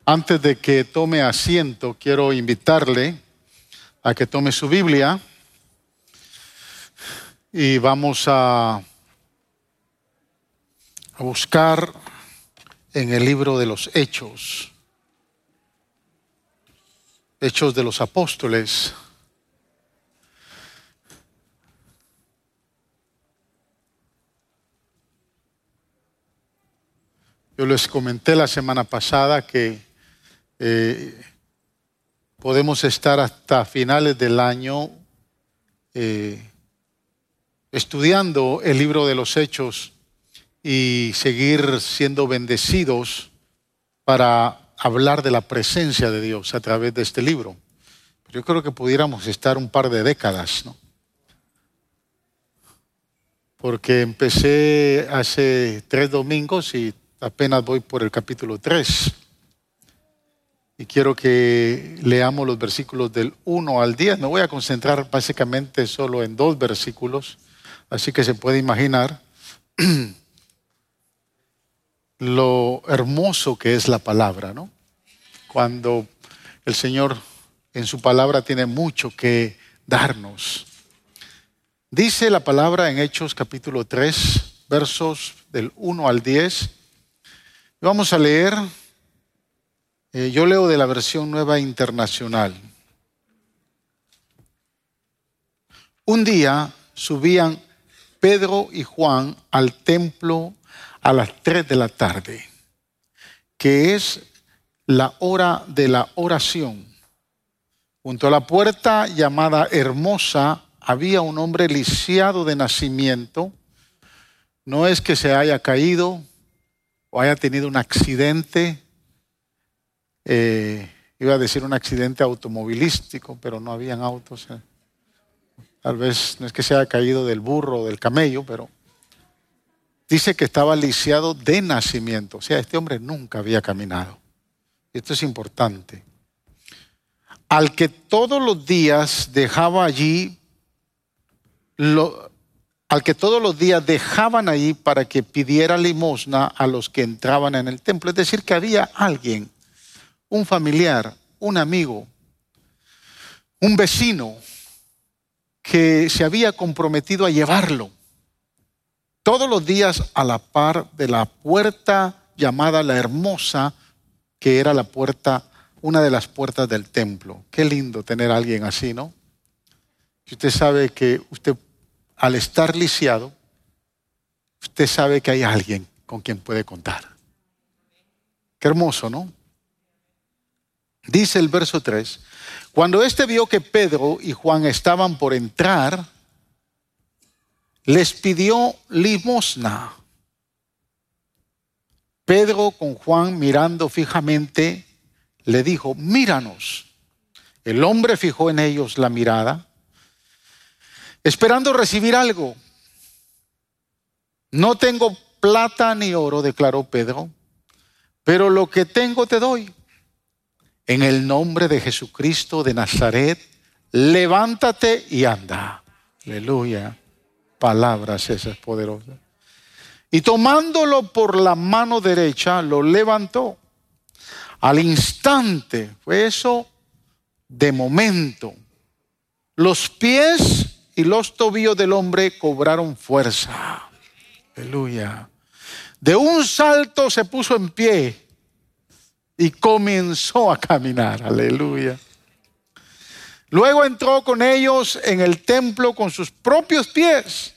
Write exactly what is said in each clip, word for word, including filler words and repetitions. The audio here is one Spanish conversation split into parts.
Antes de que tome asiento, quiero invitarle a que tome su Biblia y vamos a, a buscar en el libro de los Hechos, Hechos de los Apóstoles. Yo les comenté la semana pasada que eh, podemos estar hasta finales del año eh, estudiando el libro de los Hechos y seguir siendo bendecidos para hablar de la presencia de Dios a través de este libro. Pero yo creo que pudiéramos estar un par de décadas, ¿no? Porque empecé hace tres domingos y apenas voy por el capítulo tres. Y quiero que leamos los versículos del uno al diez. Me voy a concentrar básicamente solo en dos versículos, así que se puede imaginar lo hermoso que es la palabra, ¿no? Cuando el Señor en su palabra tiene mucho que darnos. Dice la palabra en Hechos capítulo tres, versos del uno al diez. Vamos a leer, eh, yo leo de la versión Nueva Internacional. Un día subían Pedro y Juan al templo a las tres de la tarde, que es la hora de la oración. Junto a la puerta llamada Hermosa había un hombre lisiado de nacimiento. No es que se haya caído o haya tenido un accidente, eh, iba a decir un accidente automovilístico, pero no habían autos. Eh. Tal vez no es que se haya caído del burro o del camello, pero dice que estaba lisiado de nacimiento. O sea, este hombre nunca había caminado. Esto es importante. Al que todos los días dejaba allí, lo, al que todos los días dejaban allí para que pidiera limosna a los que entraban en el templo. Es decir, que había alguien, un familiar, un amigo, un vecino, que se había comprometido a llevarlo todos los días a la par de la puerta llamada la Hermosa, que era la puerta, una de las puertas del templo. Qué lindo tener a alguien así, ¿no? Si usted sabe que usted, al estar lisiado, usted sabe que hay alguien con quien puede contar. Qué hermoso, ¿no? Dice el verso tres, cuando éste vio que Pedro y Juan estaban por entrar, les pidió limosna. Pedro con Juan mirando fijamente le dijo, míranos. El hombre fijó en ellos la mirada, esperando recibir algo. No tengo plata ni oro, declaró Pedro, pero lo que tengo te doy. En el nombre de Jesucristo de Nazaret, levántate y anda. Aleluya. Palabras esas poderosas. Y tomándolo por la mano derecha, lo levantó. Al instante, fue eso de momento, los pies y los tobillos del hombre cobraron fuerza. Aleluya. De un salto se puso en pie y comenzó a caminar. Aleluya. Luego entró con ellos en el templo con sus propios pies,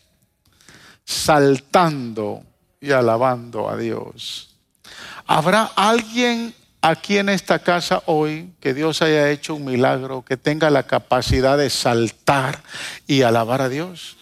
saltando y alabando a Dios. ¿Habrá alguien aquí en esta casa hoy que Dios haya hecho un milagro, que tenga la capacidad de saltar y alabar a Dios?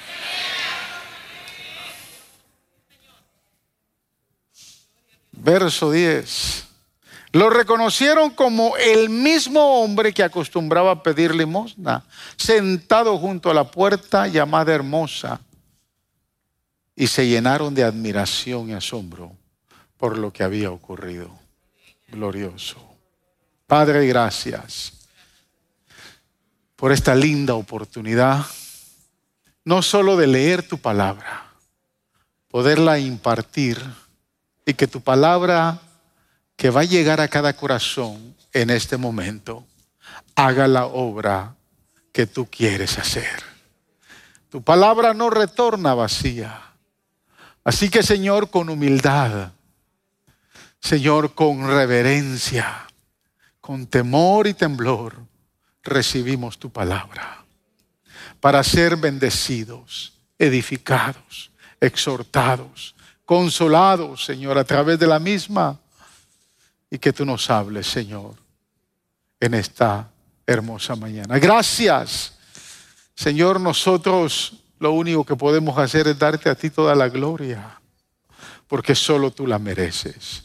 Verso diez. Lo reconocieron como el mismo hombre que acostumbraba a pedir limosna, sentado junto a la puerta llamada Hermosa, y se llenaron de admiración y asombro por lo que había ocurrido. Glorioso. Padre, gracias por esta linda oportunidad, no solo de leer tu palabra, poderla impartir y que tu palabra que va a llegar a cada corazón en este momento. Haga la obra que tú quieres hacer. Tu palabra no retorna vacía. Así que, Señor, con humildad, Señor, con reverencia, con temor y temblor, recibimos tu palabra para ser bendecidos, edificados, exhortados, consolados, Señor, a través de la misma, y que tú nos hables, Señor, en esta hermosa mañana. Gracias, Señor. Nosotros lo único que podemos hacer es darte a ti toda la gloria, porque solo tú la mereces.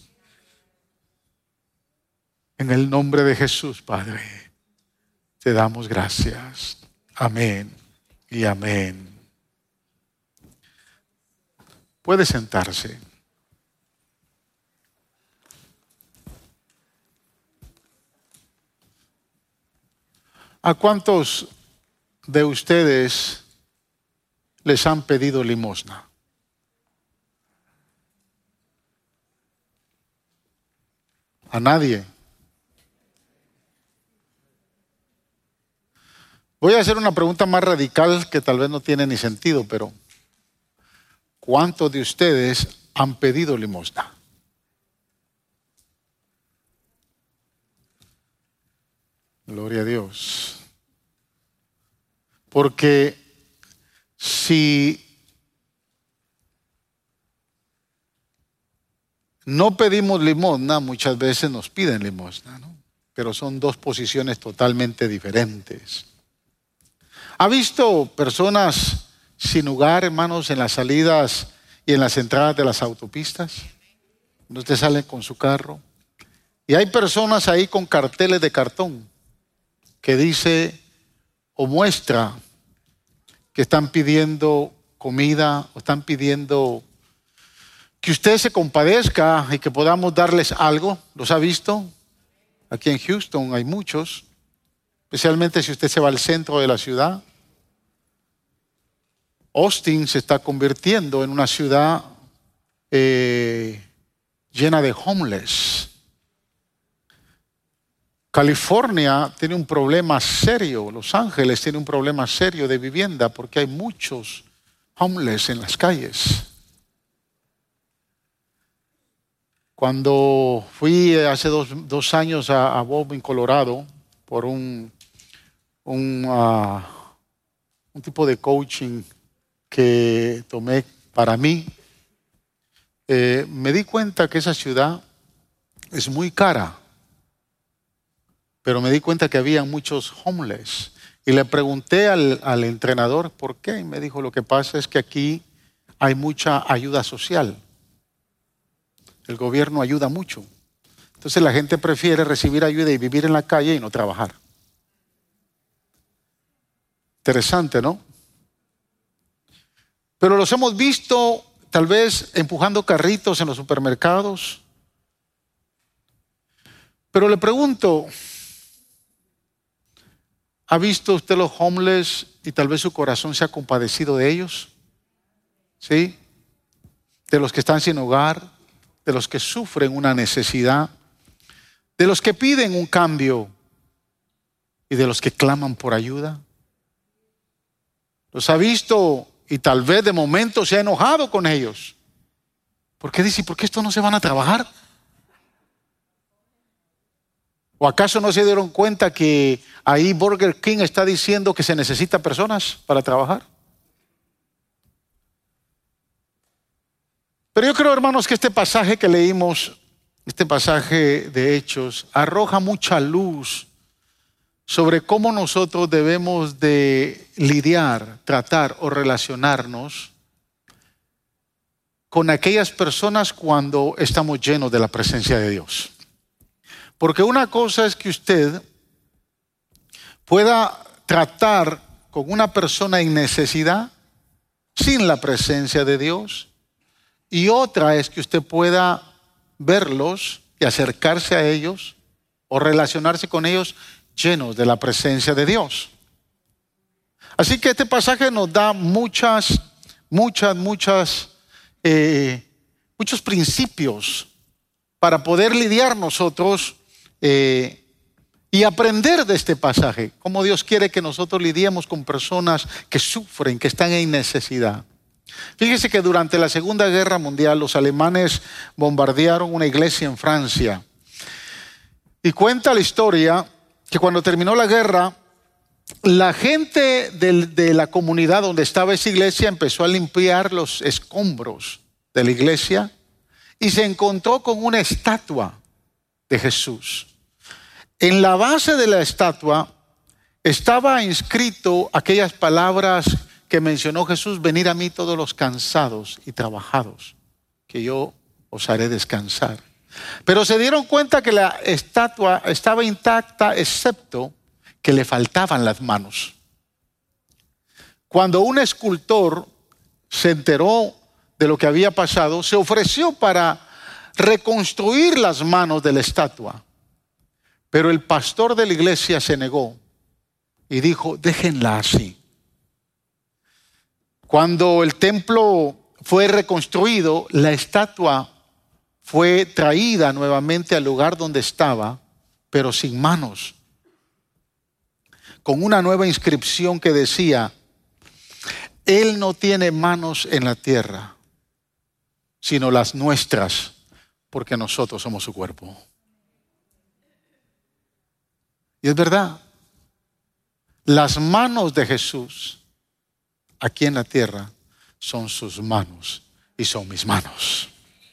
En el nombre de Jesús, Padre, te damos gracias. Amén y amén. Puede sentarse. ¿A cuántos de ustedes les han pedido limosna? ¿A nadie? Voy a hacer una pregunta más radical que tal vez no tiene ni sentido, pero ¿cuántos de ustedes han pedido limosna? Gloria a Dios. Porque si no pedimos limosna, muchas veces nos piden limosna, ¿no? Pero son dos posiciones totalmente diferentes. ¿Ha visto personas sin hogar, hermanos, en las salidas y en las entradas de las autopistas? Cuando usted sale con su carro. Y hay personas ahí con carteles de cartón que dice o muestra que están pidiendo comida o están pidiendo que usted se compadezca y que podamos darles algo. ¿Los ha visto? Aquí en Houston hay muchos, especialmente si usted se va al centro de la ciudad. Austin se está convirtiendo en una ciudad eh, llena de homeless. California tiene un problema serio, Los Ángeles tiene un problema serio de vivienda porque hay muchos homeless en las calles. Cuando fui hace dos, dos años a, a Bowman, Colorado, por un, un, uh, un tipo de coaching que tomé para mí, eh, me di cuenta que esa ciudad es muy cara. Pero me di cuenta que había muchos homeless. Y le pregunté al, al entrenador por qué. Y me dijo, lo que pasa es que aquí hay mucha ayuda social. El gobierno ayuda mucho. Entonces la gente prefiere recibir ayuda y vivir en la calle y no trabajar. Interesante, ¿no? Pero los hemos visto tal vez empujando carritos en los supermercados. Pero le pregunto, ¿ha visto usted los homeless y tal vez su corazón se ha compadecido de ellos? ¿Sí? De los que están sin hogar, de los que sufren una necesidad, de los que piden un cambio y de los que claman por ayuda. Los ha visto y tal vez de momento se ha enojado con ellos. ¿Por qué dice, por qué estos no se van a trabajar? ¿O acaso no se dieron cuenta que ahí Burger King está diciendo que se necesita personas para trabajar? Pero yo creo, hermanos, que este pasaje que leímos, este pasaje de Hechos, arroja mucha luz sobre cómo nosotros debemos de lidiar, tratar o relacionarnos con aquellas personas cuando estamos llenos de la presencia de Dios. Porque una cosa es que usted pueda tratar con una persona en necesidad sin la presencia de Dios, y otra es que usted pueda verlos y acercarse a ellos o relacionarse con ellos llenos de la presencia de Dios. Así que este pasaje nos da muchas, muchas, muchas, eh, muchos principios para poder lidiar nosotros eh, y aprender de este pasaje, cómo Dios quiere que nosotros lidiemos con personas que sufren, que están en necesidad. Fíjese que durante la Segunda Guerra Mundial los alemanes bombardearon una iglesia en Francia. Y cuenta la historia que cuando terminó la guerra, la gente de, de la comunidad donde estaba esa iglesia empezó a limpiar los escombros de la iglesia y se encontró con una estatua de Jesús. En la base de la estatua estaba inscrito aquellas palabras que mencionó Jesús: venid a mí todos los cansados y trabajados, que yo os haré descansar. Pero se dieron cuenta que la estatua estaba intacta, excepto que le faltaban las manos. Cuando un escultor se enteró de lo que había pasado, se ofreció para reconstruir las manos de la estatua. Pero el pastor de la iglesia se negó y dijo: déjenla así. Cuando el templo fue reconstruido, la estatua fue traída nuevamente al lugar donde estaba, pero sin manos, con una nueva inscripción que decía: Él no tiene manos en la tierra, sino las nuestras, porque nosotros somos su cuerpo. Y es verdad, las manos de Jesús aquí en la tierra son sus manos y son mis manos,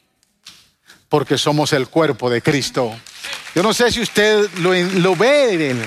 porque somos el cuerpo de Cristo. Yo no sé si usted lo, lo ve. Él.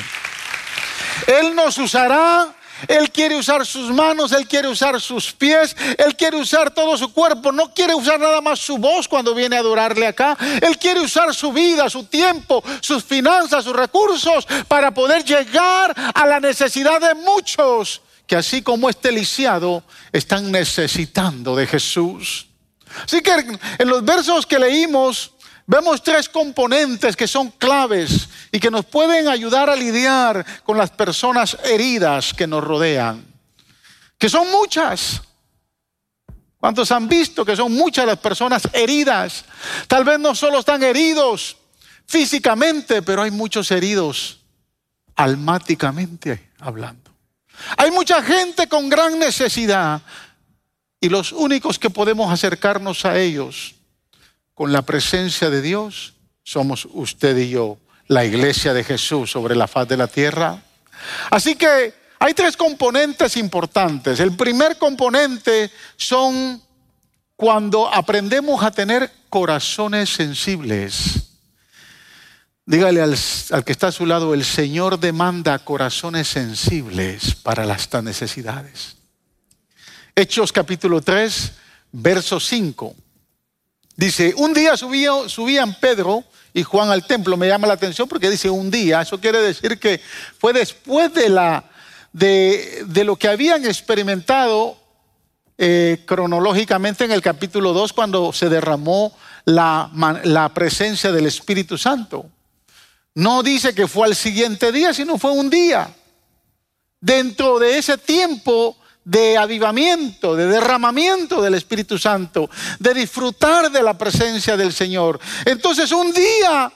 Él nos usará. Él quiere usar sus manos, Él quiere usar sus pies, Él quiere usar todo su cuerpo. No quiere usar nada más su voz cuando viene a adorarle acá. Él quiere usar su vida, su tiempo, sus finanzas, sus recursos para poder llegar a la necesidad de muchos que, así como este lisiado, están necesitando de Jesús. Así que en los versos que leímos vemos tres componentes que son claves y que nos pueden ayudar a lidiar con las personas heridas que nos rodean, que son muchas. ¿Cuántos han visto que son muchas las personas heridas? Tal vez no solo están heridos físicamente, pero hay muchos heridos almáticamente hablando. Hay mucha gente con gran necesidad y los únicos que podemos acercarnos a ellos con la presencia de Dios somos usted y yo, la iglesia de Jesús sobre la faz de la tierra. Así que hay tres componentes importantes. El primer componente son cuando aprendemos a tener corazones sensibles. Dígale al, al que está a su lado: el Señor demanda corazones sensibles para las necesidades. Hechos capítulo tres, verso cinco. Dice: un día subían, subían Pedro y Juan al templo. Me llama la atención porque dice un día. Eso quiere decir que fue después de, la, de, de lo que habían experimentado eh, cronológicamente en el capítulo dos, cuando se derramó la, la presencia del Espíritu Santo. No dice que fue al siguiente día, sino fue un día. Dentro de ese tiempo de avivamiento, de derramamiento del Espíritu Santo, de disfrutar de la presencia del Señor. Entonces, un día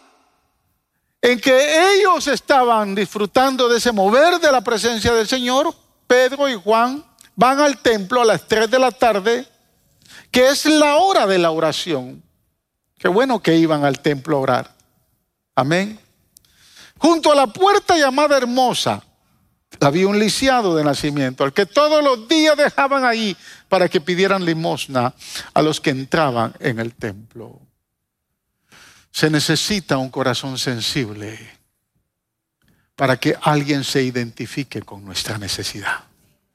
en que ellos estaban disfrutando de ese mover de la presencia del Señor, Pedro y Juan van al templo a las tres de la tarde, que es la hora de la oración. Qué bueno que iban al templo a orar. Amén. Junto a la puerta llamada Hermosa había un lisiado de nacimiento, al que todos los días dejaban ahí para que pidieran limosna a los que entraban en el templo. Se necesita un corazón sensible para que alguien se identifique con nuestra necesidad.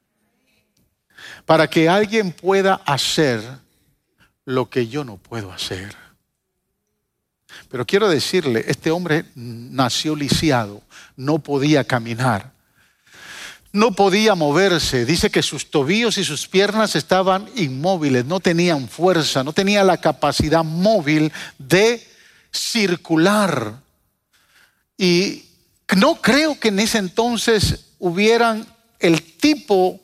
Para que alguien pueda hacer lo que yo no puedo hacer. Pero quiero decirle, este hombre nació lisiado, no podía caminar. No podía moverse. Dice que sus tobillos y sus piernas estaban inmóviles, no tenían fuerza, no tenía la capacidad móvil de circular. Y no creo que en ese entonces hubieran el tipo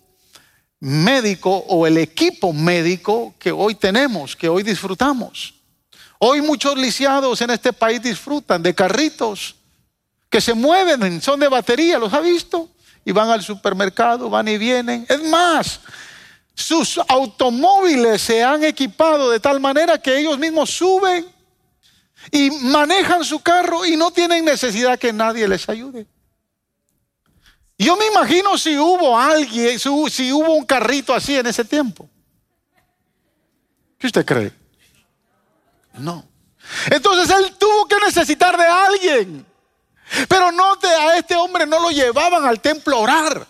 médico o el equipo médico que hoy tenemos, que hoy disfrutamos. Hoy muchos lisiados en este país disfrutan de carritos que se mueven, son de batería, ¿los ha visto? Y van al supermercado, van y vienen. Es más, sus automóviles se han equipado de tal manera que ellos mismos suben y manejan su carro y no tienen necesidad que nadie les ayude. Yo me imagino si hubo alguien, si hubo un carrito así en ese tiempo. ¿Qué usted cree? No. Entonces él tuvo que necesitar de alguien. Pero note, a este hombre no lo llevaban al templo a orar.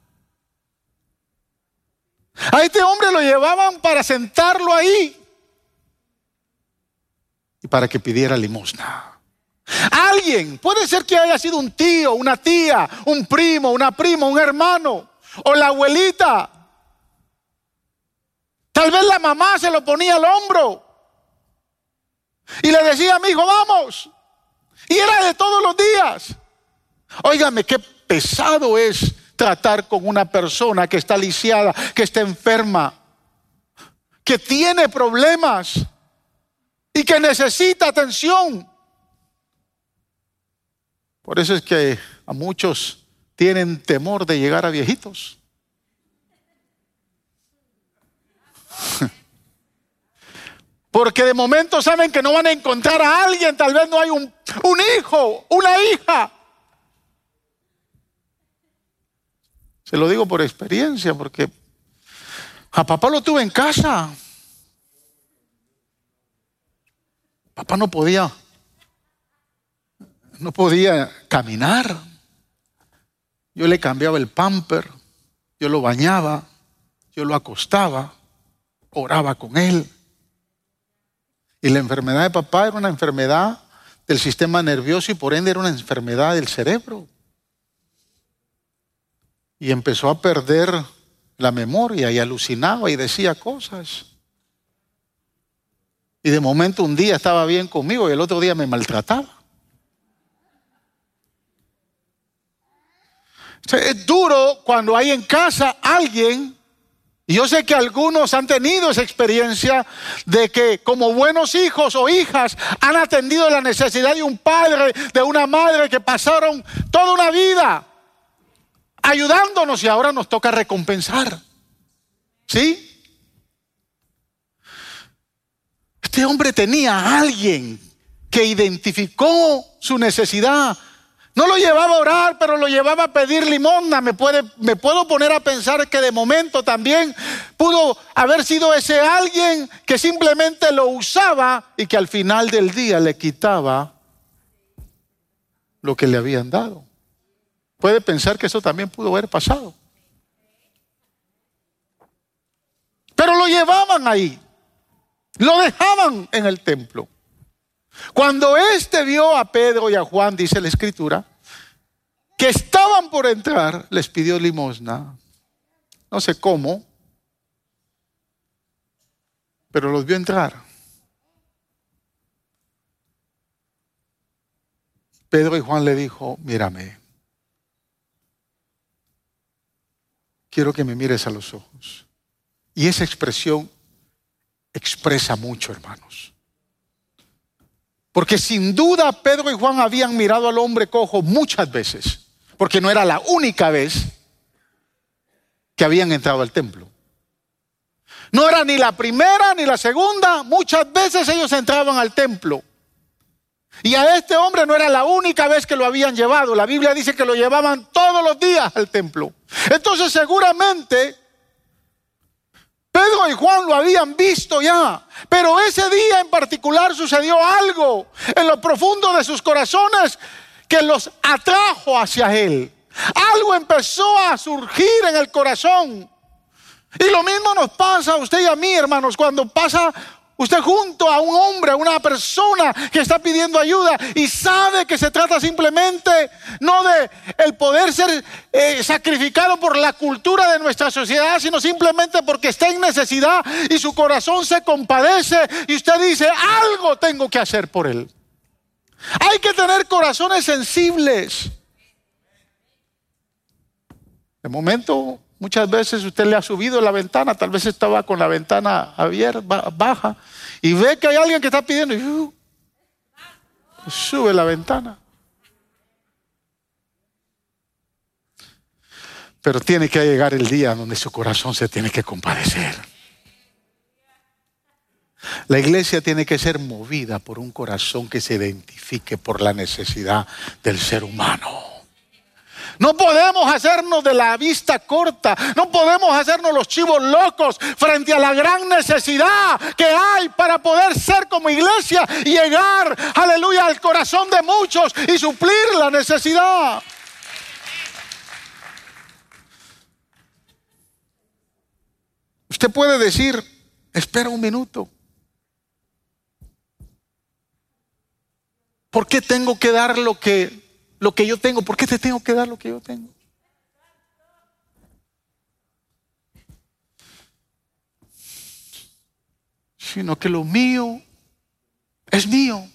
A este hombre lo llevaban para sentarlo ahí y para que pidiera limosna. Alguien, puede ser que haya sido un tío, una tía, un primo, una prima, un hermano o la abuelita. Tal vez la mamá se lo ponía al hombro y le decía: mi hijo, vamos. Y era de todos los días. Óigame, qué pesado es tratar con una persona que está lisiada, que está enferma, que tiene problemas y que necesita atención. Por eso es que a muchos tienen temor de llegar a viejitos. Porque de momento saben que no van a encontrar a alguien, tal vez no hay un, un hijo, una hija. Se lo digo por experiencia, porque a papá lo tuve en casa. Papá no podía, no podía caminar. Yo le cambiaba el pamper, yo lo bañaba, yo lo acostaba, oraba con él. Y la enfermedad de papá era una enfermedad del sistema nervioso y por ende era una enfermedad del cerebro. Y empezó a perder la memoria y alucinaba y decía cosas. Y de momento un día estaba bien conmigo y el otro día me maltrataba. O sea, es duro cuando hay en casa alguien. Y yo sé que algunos han tenido esa experiencia de que como buenos hijos o hijas han atendido la necesidad de un padre, de una madre, que pasaron toda una vida ayudándonos y ahora nos toca recompensar. ¿Sí? Este hombre tenía a alguien que identificó su necesidad. No lo llevaba a orar, pero lo llevaba a pedir limosna. Me, puede, me puedo poner a pensar que de momento también pudo haber sido ese alguien que simplemente lo usaba y que al final del día le quitaba lo que le habían dado. Puede pensar que eso también pudo haber pasado. Pero lo llevaban ahí, lo dejaban en el templo. Cuando éste vio a Pedro y a Juan, dice la Escritura, que estaban por entrar, les pidió limosna. No sé cómo, pero los vio entrar. Pedro y Juan le dijo: mírame, quiero que me mires a los ojos. Y esa expresión expresa mucho, hermanos. Porque sin duda Pedro y Juan habían mirado al hombre cojo muchas veces, porque no era la única vez que habían entrado al templo. No era ni la primera ni la segunda, muchas veces ellos entraban al templo. Y a este hombre no era la única vez que lo habían llevado. La Biblia dice que lo llevaban todos los días al templo. Entonces seguramente Pedro y Juan lo habían visto ya, pero ese día en particular sucedió algo en lo profundo de sus corazones que los atrajo hacia él. Algo empezó a surgir en el corazón. Y lo mismo nos pasa a usted y a mí, hermanos, cuando pasa usted junto a un hombre, a una persona que está pidiendo ayuda y sabe que se trata simplemente no de el poder ser eh, sacrificado por la cultura de nuestra sociedad, sino simplemente porque está en necesidad y su corazón se compadece y usted dice: algo tengo que hacer por él. Hay que tener corazones sensibles. De momento, muchas veces usted le ha subido la ventana, tal vez estaba con la ventana abierta, baja, y ve que hay alguien que está pidiendo y uh, sube la ventana. Pero tiene que llegar el día donde su corazón se tiene que compadecer. La iglesia tiene que ser movida por un corazón que se identifique por la necesidad del ser humano. No podemos hacernos de la vista corta, no podemos hacernos los chivos locos frente a la gran necesidad que hay para poder ser como iglesia y llegar, aleluya, al corazón de muchos y suplir la necesidad. Usted puede decir, espera un minuto. ¿Por qué tengo que dar lo que, lo que yo tengo? ¿Por qué te tengo que dar lo que yo tengo? Sino que lo mío es mío.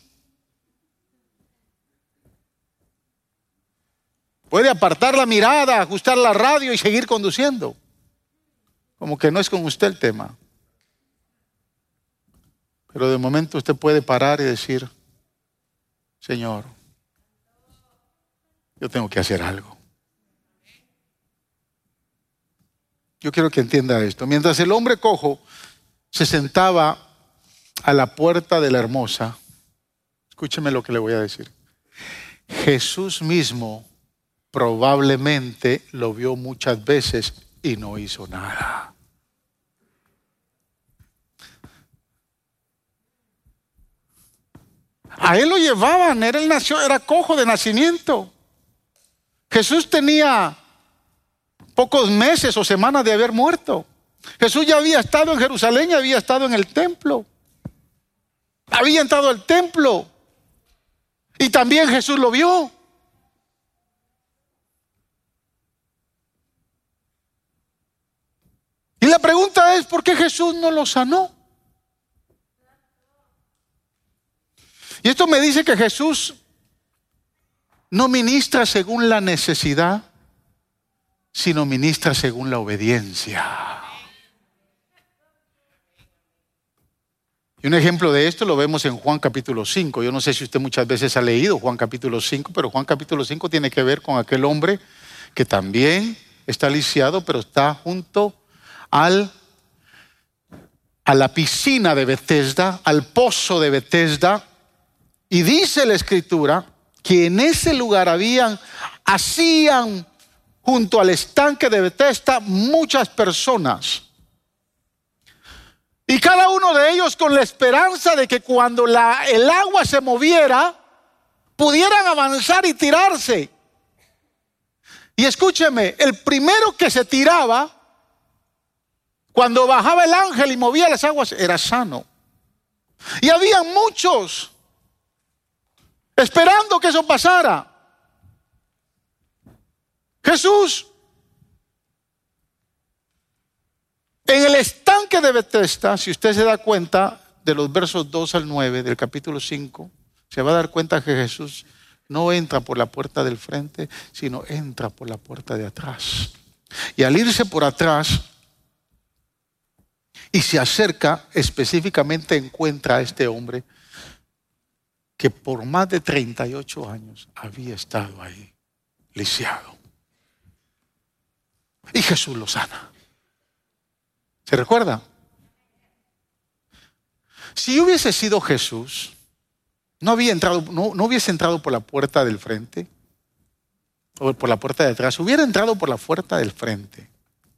Puede apartar la mirada, ajustar la radio y seguir conduciendo. Como que no es con usted el tema. Pero de momento usted puede parar y decir, Señor, yo tengo que hacer algo. Yo quiero que entienda esto. Mientras el hombre cojo se sentaba a la puerta de la hermosa, escúcheme lo que le voy a decir. Jesús mismo probablemente lo vio muchas veces y no hizo nada. A él lo llevaban, él nació, era cojo de nacimiento. Jesús tenía pocos meses o semanas de haber muerto. Jesús ya había estado en Jerusalén, ya había estado en el templo. Había entrado al templo. Y también Jesús lo vio. Y la pregunta es, ¿por qué Jesús no lo sanó? Y esto me dice que Jesús no ministra según la necesidad, sino ministra según la obediencia. Y un ejemplo de esto lo vemos en Juan capítulo cinco. Yo no sé si usted muchas veces ha leído Juan capítulo cinco, pero Juan capítulo cinco tiene que ver con aquel hombre que también está lisiado, pero está junto al, a la piscina de Betesda, al pozo de Betesda. Y dice la Escritura que en ese lugar habían, hacían junto al estanque de Betesda muchas personas. Y cada uno de ellos con la esperanza de que cuando la, el agua se moviera, pudieran avanzar y tirarse. Y escúcheme, el primero que se tiraba, cuando bajaba el ángel y movía las aguas, era sano. Y había muchos esperando que eso pasara. Jesús, en el estanque de Betesda, si usted se da cuenta de los versos dos al nueve del capítulo cinco, se va a dar cuenta que Jesús no entra por la puerta del frente, sino entra por la puerta de atrás. Y al irse por atrás y se acerca, específicamente encuentra a este hombre que por más de treinta y ocho años había estado ahí, lisiado. Y Jesús lo sana. ¿Se recuerda? Si hubiese sido Jesús, no, había entrado, no, no hubiese entrado por la puerta del frente o por la puerta de atrás, hubiera entrado por la puerta del frente.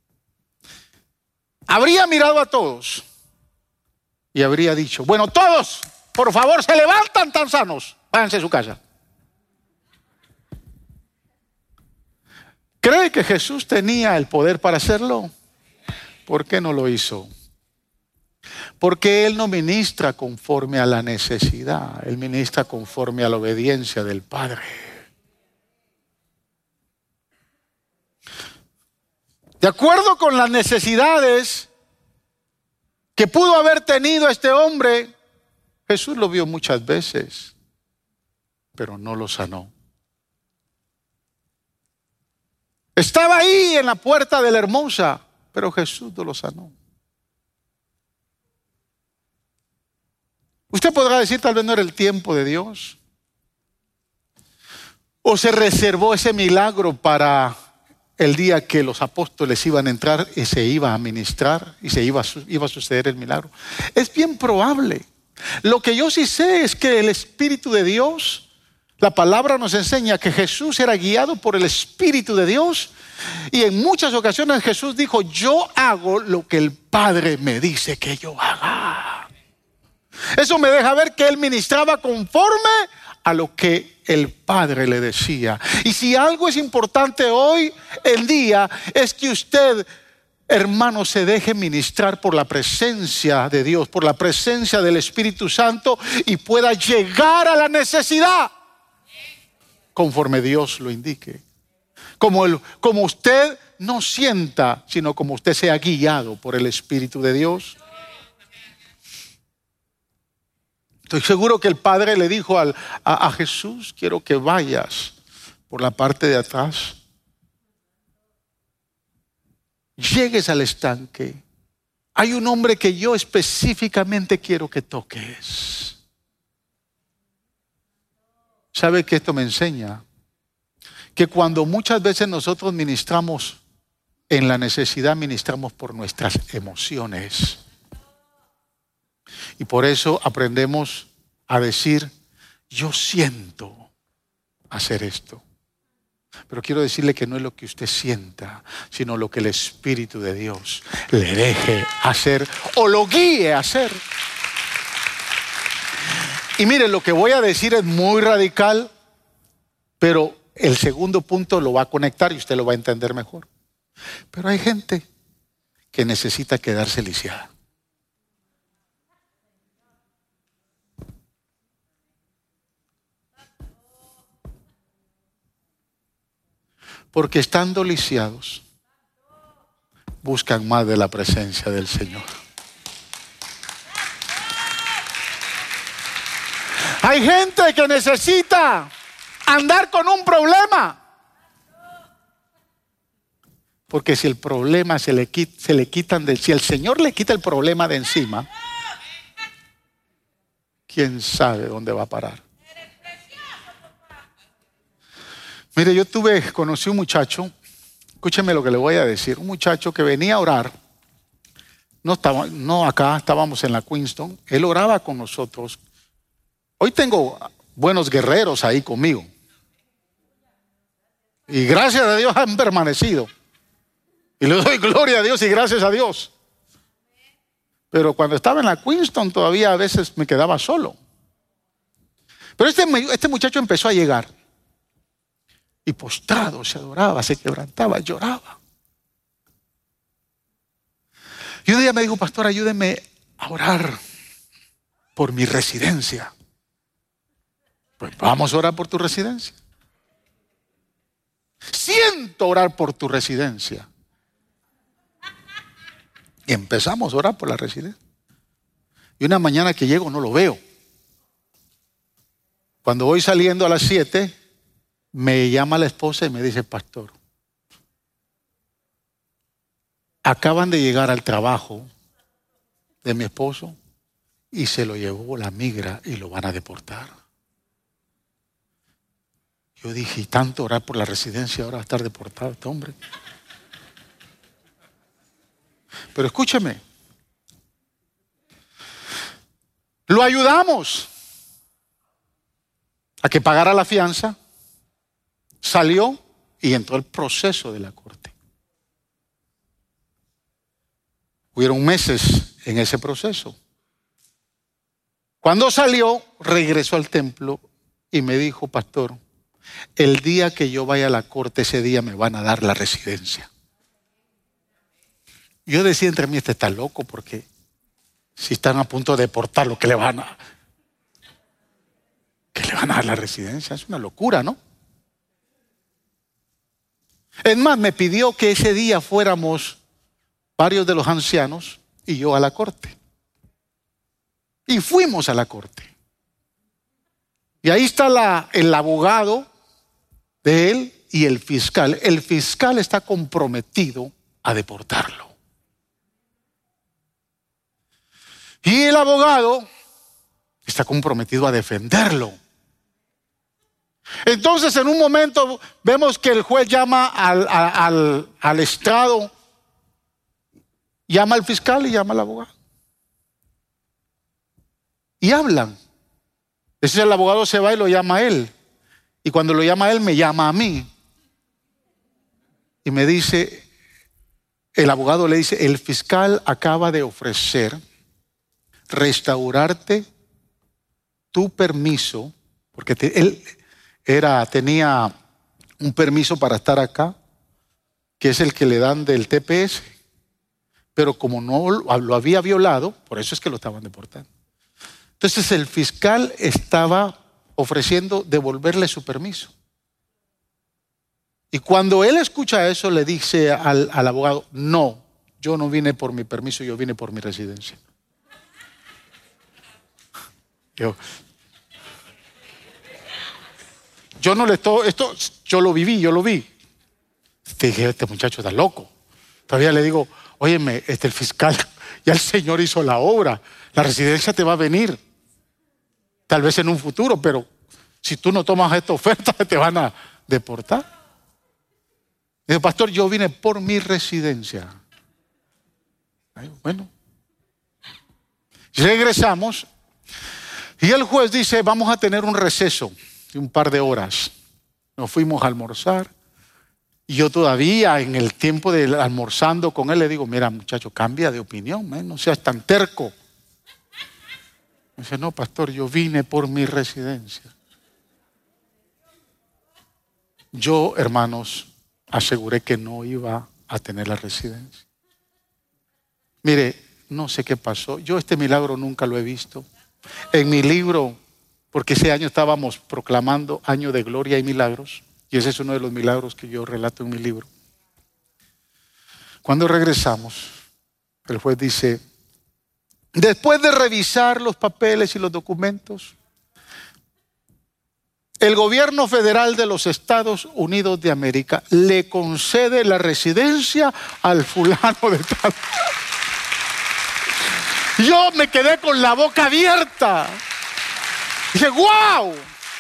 Habría mirado a todos y habría dicho, bueno, todos, por favor, se levantan tan sanos, váyanse a su casa. ¿Cree que Jesús tenía el poder para hacerlo? ¿Por qué no lo hizo? Porque Él no ministra conforme a la necesidad, Él ministra conforme a la obediencia del Padre. De acuerdo con las necesidades que pudo haber tenido este hombre, Jesús lo vio muchas veces, pero no lo sanó. Estaba ahí en la puerta de la hermosa, pero Jesús no lo sanó. Usted podrá decir, tal vez no era el tiempo de Dios. O se reservó ese milagro para el día que los apóstoles iban a entrar y se iba a ministrar y se iba a, iba a suceder el milagro. Es bien probable. Lo que yo sí sé es que el Espíritu de Dios, la palabra nos enseña que Jesús era guiado por el Espíritu de Dios. Y en muchas ocasiones Jesús dijo, yo hago lo que el Padre me dice que yo haga. Eso me deja ver que Él ministraba conforme a lo que el Padre le decía. Y si algo es importante hoy en día, es que usted, hermano, se deje ministrar por la presencia de Dios, por la presencia del Espíritu Santo, y pueda llegar a la necesidad conforme Dios lo indique. Como, el, como usted no sienta, sino como usted sea guiado por el Espíritu de Dios. Estoy seguro que el Padre le dijo al, a, a Jesús, quiero que vayas por la parte de atrás, llegues al estanque. Hay un hombre que yo específicamente quiero que toques. ¿Sabe que esto me enseña? Que cuando muchas veces nosotros ministramos en la necesidad, ministramos por nuestras emociones. Y por eso aprendemos a decir, yo siento hacer esto. Pero quiero decirle que no es lo que usted sienta, sino lo que el Espíritu de Dios le deje hacer o lo guíe a hacer. Y mire, lo que voy a decir es muy radical, pero el segundo punto lo va a conectar y usted lo va a entender mejor. Pero hay gente que necesita quedarse lisiada. Porque estando lisiados, buscan más de la presencia del Señor. Hay gente que necesita andar con un problema. Porque si el problema se le, se le quitan de, si el Señor le quita el problema de encima, ¿quién sabe dónde va a parar? Mire, yo tuve, conocí un muchacho, escúcheme lo que le voy a decir, un muchacho que venía a orar, no, estaba, no acá, estábamos en la Queenston, él oraba con nosotros. Hoy tengo buenos guerreros ahí conmigo. Y gracias a Dios han permanecido. Y le doy gloria a Dios y gracias a Dios. Pero cuando estaba en la Queenston todavía a veces me quedaba solo. Pero este, este muchacho empezó a llegar. Y postrado se adoraba, se quebrantaba, lloraba. Y un día me dijo, pastor, ayúdeme a orar por mi residencia. Pues vamos a orar por tu residencia. Siento orar por tu residencia. Y empezamos a orar por la residencia. Y una mañana que llego no lo veo. Cuando voy saliendo a las siete, me llama la esposa y me dice, pastor, acaban de llegar al trabajo de mi esposo y se lo llevó la migra y lo van a deportar. Yo dije, y tanto orar por la residencia, ahora va a estar deportado este hombre. Pero escúcheme, lo ayudamos a que pagara la fianza, salió y entró el proceso de la corte. Hubieron meses en ese proceso. Cuando salió, regresó al templo y me dijo, pastor, el día que yo vaya a la corte, ese día me van a dar la residencia. Yo decía entre mí, este está loco, porque si están a punto de deportarlo, ¿qué le van a, qué le van a dar la residencia? Es una locura, ¿no? Es más, me pidió que ese día fuéramos varios de los ancianos y yo a la corte. Y fuimos a la corte. Y ahí está la, el abogado de él y el fiscal. El fiscal está comprometido a deportarlo. Y el abogado está comprometido a defenderlo. Entonces, en un momento vemos que el juez llama al, al, al estrado, llama al fiscal y llama al abogado. Y hablan. Entonces el abogado se va y lo llama a él. Y cuando lo llama a él, me llama a mí. Y me dice, el abogado le dice, el fiscal acaba de ofrecer restaurarte tu permiso, porque te, él era, tenía un permiso para estar acá, que es el que le dan del T P S, pero como no lo había violado, por eso es que lo estaban deportando. Entonces el fiscal estaba ofreciendo devolverle su permiso. Y cuando él escucha eso, le dice al, al abogado, no, yo no vine por mi permiso, yo vine por mi residencia. Yo, yo no le estoy, esto, yo lo viví, yo lo vi. Dije, este muchacho está loco. Todavía le digo, óyeme, este, el fiscal, ya el Señor hizo la obra, la residencia te va a venir. Tal vez en un futuro, pero si tú no tomas esta oferta, te van a deportar. Dice, pastor, yo vine por mi residencia. Ay, bueno. Regresamos y el juez dice, vamos a tener un receso de un par de horas. Nos fuimos a almorzar y yo todavía en el tiempo de almorzando con él le digo, mira muchacho, cambia de opinión, ¿eh? No seas tan terco. Dice, no, pastor, yo vine por mi residencia. Yo, hermanos, aseguré que no iba a tener la residencia. Mire, no sé qué pasó. Yo este milagro nunca lo he visto. En mi libro, porque ese año estábamos proclamando año de gloria y milagros, y ese es uno de los milagros que yo relato en mi libro. Cuando regresamos, el juez dice, después de revisar los papeles y los documentos, el gobierno federal de los Estados Unidos de América le concede la residencia al fulano de tal. Yo me quedé con la boca abierta. Dije, ¡wow!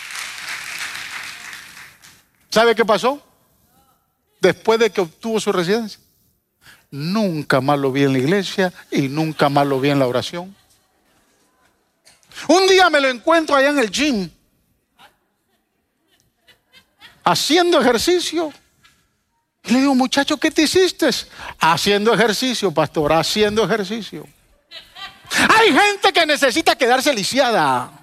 ¿Sabe qué pasó? Después de que obtuvo su residencia, nunca más lo vi en la iglesia y nunca más lo vi en la oración. Un día me lo encuentro allá en el gym, haciendo ejercicio. Y le digo, muchacho, ¿qué te hiciste? Haciendo ejercicio, pastor, haciendo ejercicio. Hay gente que necesita quedarse lisiada.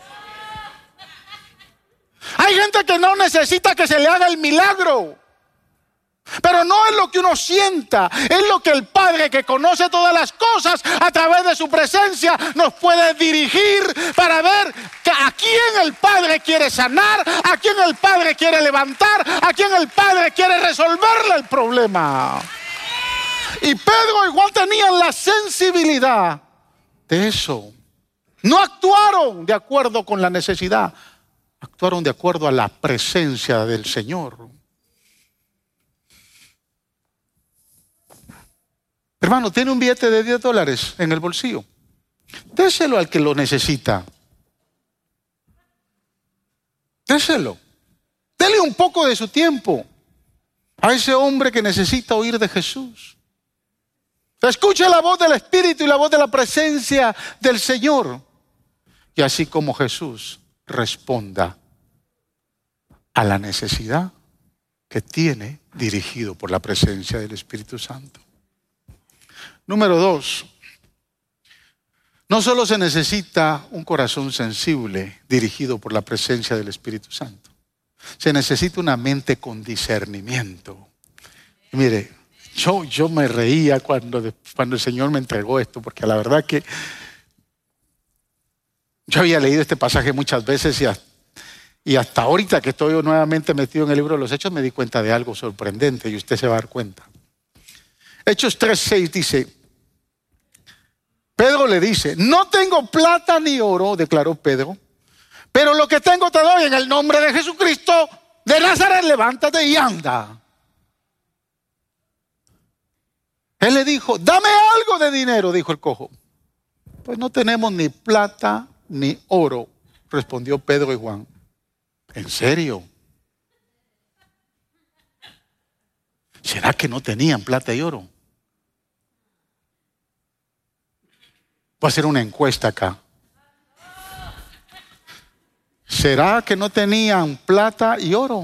Hay gente que no necesita que se le haga el milagro. Pero no es lo que uno sienta, es lo que el Padre, que conoce todas las cosas, a través de su presencia nos puede dirigir para ver que a quién el Padre quiere sanar, a quién el Padre quiere levantar, a quién el Padre quiere resolverle el problema. Y Pedro igual tenían la sensibilidad de eso. No actuaron de acuerdo con la necesidad, actuaron de acuerdo a la presencia del Señor. Hermano, tiene un billete de diez dólares en el bolsillo. Déselo al que lo necesita. Déselo. Dele un poco de su tiempo a ese hombre que necesita oír de Jesús. Escuche la voz del Espíritu y la voz de la presencia del Señor. Y así como Jesús responda a la necesidad que tiene, dirigido por la presencia del Espíritu Santo. Número dos, no solo se necesita un corazón sensible dirigido por la presencia del Espíritu Santo, se necesita una mente con discernimiento. Y mire, yo, yo me reía cuando, cuando el Señor me entregó esto, porque la verdad que yo había leído este pasaje muchas veces y hasta, y hasta ahorita que estoy nuevamente metido en el libro de los Hechos me di cuenta de algo sorprendente y usted se va a dar cuenta. Hechos tres seis dice, Pedro le dice, no tengo plata ni oro, declaró Pedro, pero lo que tengo te doy en el nombre de Jesucristo de Nazaret, levántate y anda. Él le dijo, dame algo de dinero, dijo el cojo. Pues no tenemos ni plata ni oro, respondió Pedro y Juan. ¿En serio? ¿Será que no tenían plata y oro? Voy a hacer una encuesta acá. ¿Será que no tenían plata y oro?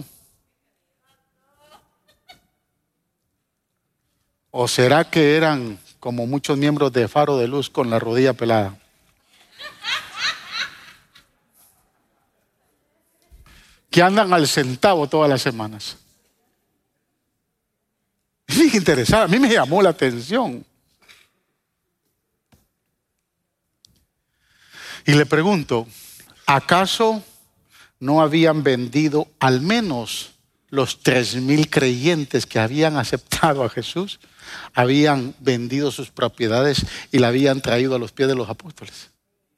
¿O será que eran como muchos miembros de Faro de Luz con la rodilla pelada? Que andan al centavo todas las semanas. Es interesante, a mí me llamó la atención. Y le pregunto, ¿acaso no habían vendido al menos los tres mil creyentes que habían aceptado a Jesús? Habían vendido sus propiedades y la habían traído a los pies de los apóstoles.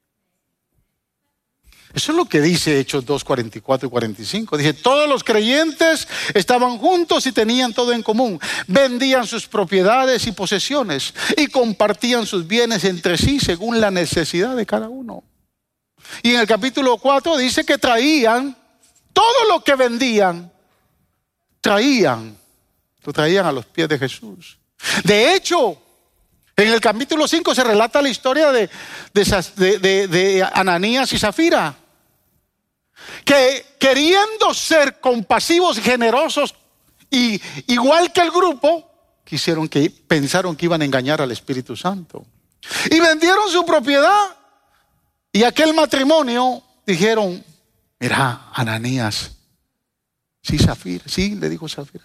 Eso es lo que dice Hechos dos, cuarenta y cuatro y cuarenta y cinco. Dice, todos los creyentes estaban juntos y tenían todo en común. Vendían sus propiedades y posesiones y compartían sus bienes entre sí según la necesidad de cada uno. Y en el capítulo cuatro dice que traían todo lo que vendían. Traían, lo traían a los pies de Jesús. De hecho, en el capítulo cinco se relata la historia de, de, de, de Ananías y Zafira, que queriendo ser compasivos y generosos, y igual que el grupo, quisieron que, pensaron que iban a engañar al Espíritu Santo. Y vendieron su propiedad. Y aquel matrimonio dijeron, mira, Ananías, sí, Zafira, sí, le dijo Zafira.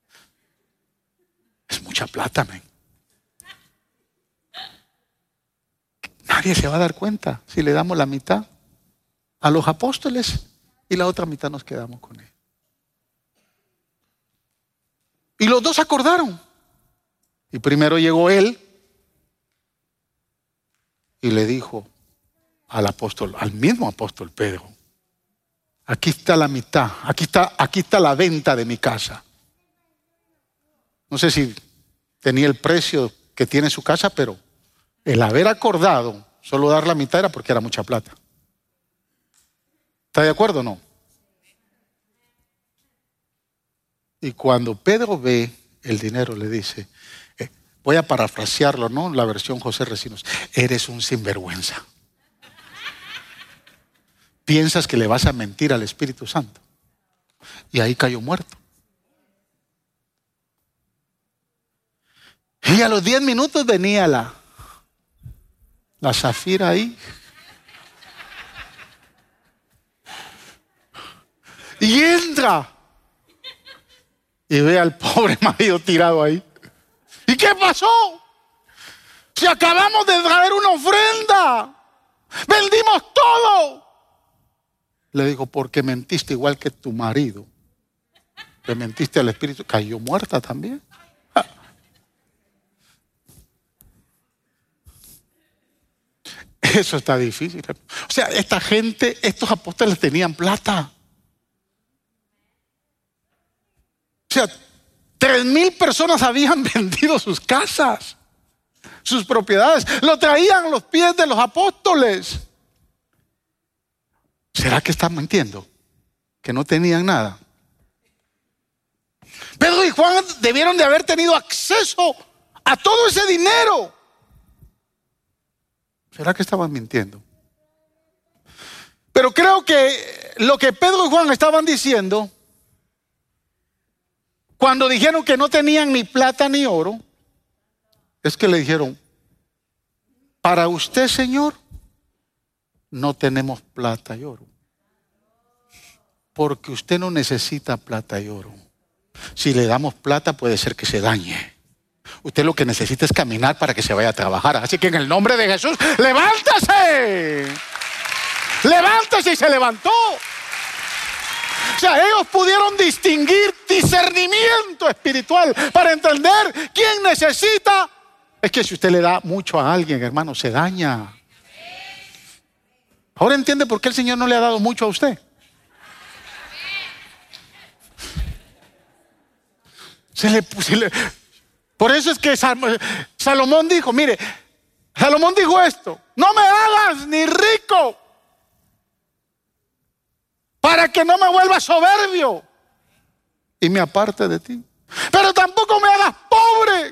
Es mucha plata, men. Nadie se va a dar cuenta si le damos la mitad a los apóstoles y la otra mitad nos quedamos con él. Y los dos acordaron. Y primero llegó él y le dijo al apóstol, al mismo apóstol Pedro, aquí está la mitad, aquí está, aquí está la venta de mi casa. No sé si tenía el precio que tiene su casa, pero el haber acordado solo dar la mitad era porque era mucha plata. ¿Está de acuerdo o no? Y cuando Pedro ve el dinero le dice, eh, voy a parafrasearlo, ¿no? La versión José Recinos, eres un sinvergüenza. Piensas que le vas a mentir al Espíritu Santo. Y ahí cayó muerto. Y a los diez minutos venía la, la Zafira ahí. Y entra. Y ve al pobre marido tirado ahí. ¿Y qué pasó? Si acabamos de traer una ofrenda. Vendimos todo. Le digo, porque mentiste igual que tu marido. Le mentiste al Espíritu. Cayó muerta también. Eso está difícil. O sea, esta gente, estos apóstoles tenían plata. O sea, tres mil personas habían vendido sus casas, sus propiedades. Lo traían a los pies de los apóstoles. ¿Será que están mintiendo? Que no tenían nada. Pedro y Juan debieron de haber tenido acceso a todo ese dinero. ¿Será que estaban mintiendo? Pero creo que lo que Pedro y Juan estaban diciendo, cuando dijeron que no tenían ni plata ni oro, es que le dijeron, para usted, Señor, no tenemos plata y oro. Porque usted no necesita plata y oro. Si le damos plata puede ser que se dañe. Usted lo que necesita es caminar para que se vaya a trabajar. Así que en el nombre de Jesús, ¡levántase! ¡Levántase! Y se levantó. O sea, ellos pudieron distinguir discernimiento espiritual para entender quién necesita. Es que si usted le da mucho a alguien, hermano, se daña. Ahora entiende por qué el Señor no le ha dado mucho a usted. Se le, se le, por eso es que Salomón dijo, mire, Salomón dijo esto, no me hagas ni rico para que no me vuelva soberbio y me aparte de ti. Pero tampoco me hagas pobre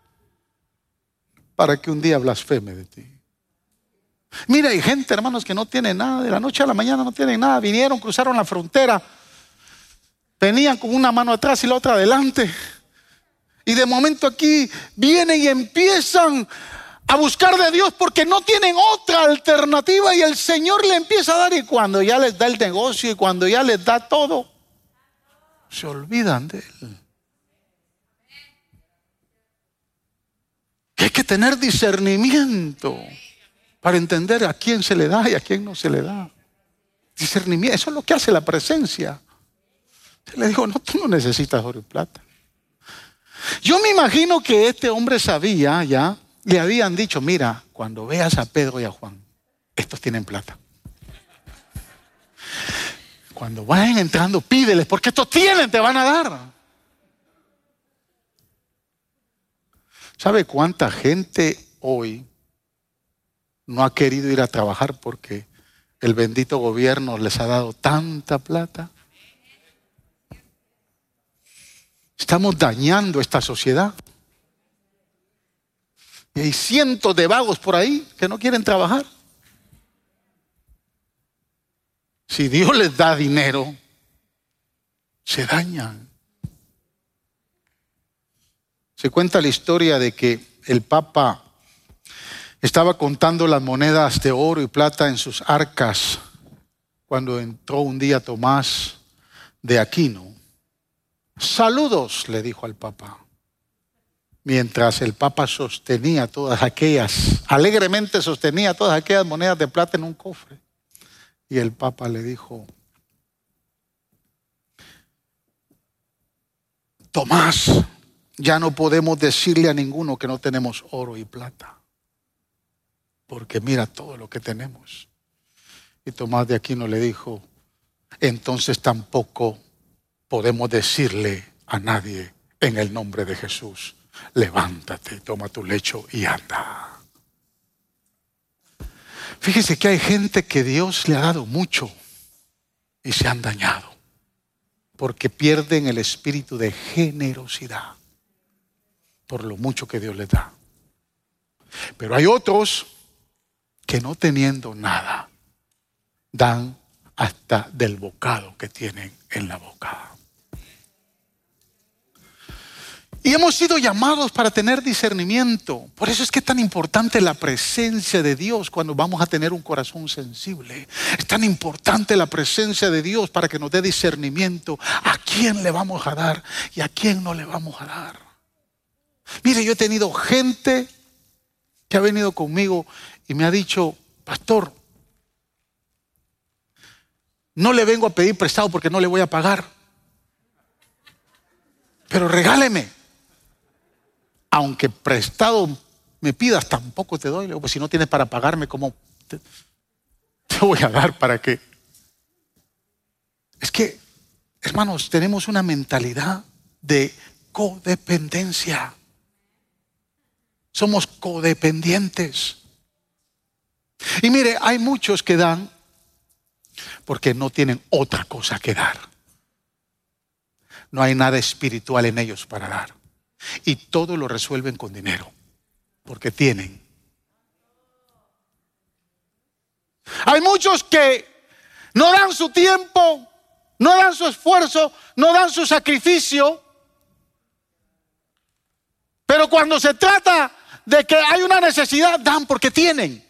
para que un día blasfeme de ti. Mira, hay gente, hermanos, que no tiene nada, de la noche a la mañana no tienen nada. Vinieron, cruzaron la frontera, venían con una mano atrás y la otra adelante. Y de momento aquí vienen y empiezan a buscar de Dios porque no tienen otra alternativa, y el Señor le empieza a dar, y cuando ya les da el negocio y cuando ya les da todo, se olvidan de Él. Que hay que tener discernimiento para entender a quién se le da y a quién no se le da. Discernimiento, eso es lo que hace la presencia. Le digo, no, tú no necesitas oro y plata. Yo me imagino que este hombre sabía ya, le habían dicho, mira, cuando veas a Pedro y a Juan, estos tienen plata. Cuando vayan entrando, pídeles, porque estos tienen, te van a dar. ¿Sabe cuánta gente hoy no ha querido ir a trabajar porque el bendito gobierno les ha dado tanta plata? Estamos dañando esta sociedad. Y hay cientos de vagos por ahí que no quieren trabajar. Si Dios les da dinero, se dañan. Se cuenta la historia de que el Papa estaba contando las monedas de oro y plata en sus arcas cuando entró un día Tomás de Aquino. Saludos, le dijo al Papa. Mientras el Papa sostenía todas aquellas, alegremente sostenía todas aquellas monedas de plata en un cofre. Y el Papa le dijo, Tomás, ya no podemos decirle a ninguno que no tenemos oro y plata, porque mira todo lo que tenemos. Y Tomás de Aquino le dijo, entonces tampoco podemos decirle a nadie en el nombre de Jesús, levántate, toma tu lecho y anda. Fíjese que hay gente que Dios le ha dado mucho y se han dañado porque pierden el espíritu de generosidad por lo mucho que Dios les da. Pero hay otros que no teniendo nada dan hasta del bocado que tienen en la boca. Y hemos sido llamados para tener discernimiento. Por eso es que es tan importante la presencia de Dios cuando vamos a tener un corazón sensible. Es tan importante la presencia de Dios para que nos dé discernimiento a quién le vamos a dar y a quién no le vamos a dar. Mire, yo he tenido gente que ha venido conmigo y me ha dicho, pastor, no le vengo a pedir prestado porque no le voy a pagar, pero regáleme. Aunque prestado me pidas, tampoco te doy. Le digo, pues si no tienes para pagarme, ¿cómo te, te voy a dar para qué? Es que, hermanos, tenemos una mentalidad de codependencia. Somos codependientes. Y mire, hay muchos que dan porque no tienen otra cosa que dar. No hay nada espiritual en ellos para dar. Y todo lo resuelven con dinero, porque tienen. Hay muchos que no dan su tiempo, no dan su esfuerzo, no dan su sacrificio, pero cuando se trata de que hay una necesidad, dan porque tienen.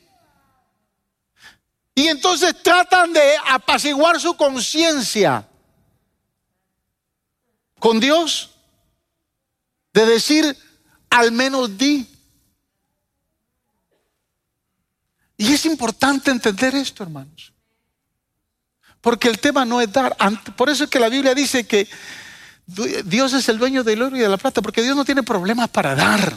Y entonces tratan de apaciguar su conciencia con Dios, de decir, al menos di. Y es importante entender esto, hermanos, porque el tema no es dar. Por eso es que la Biblia dice que Dios es el dueño del oro y de la plata, porque Dios no tiene problemas para dar.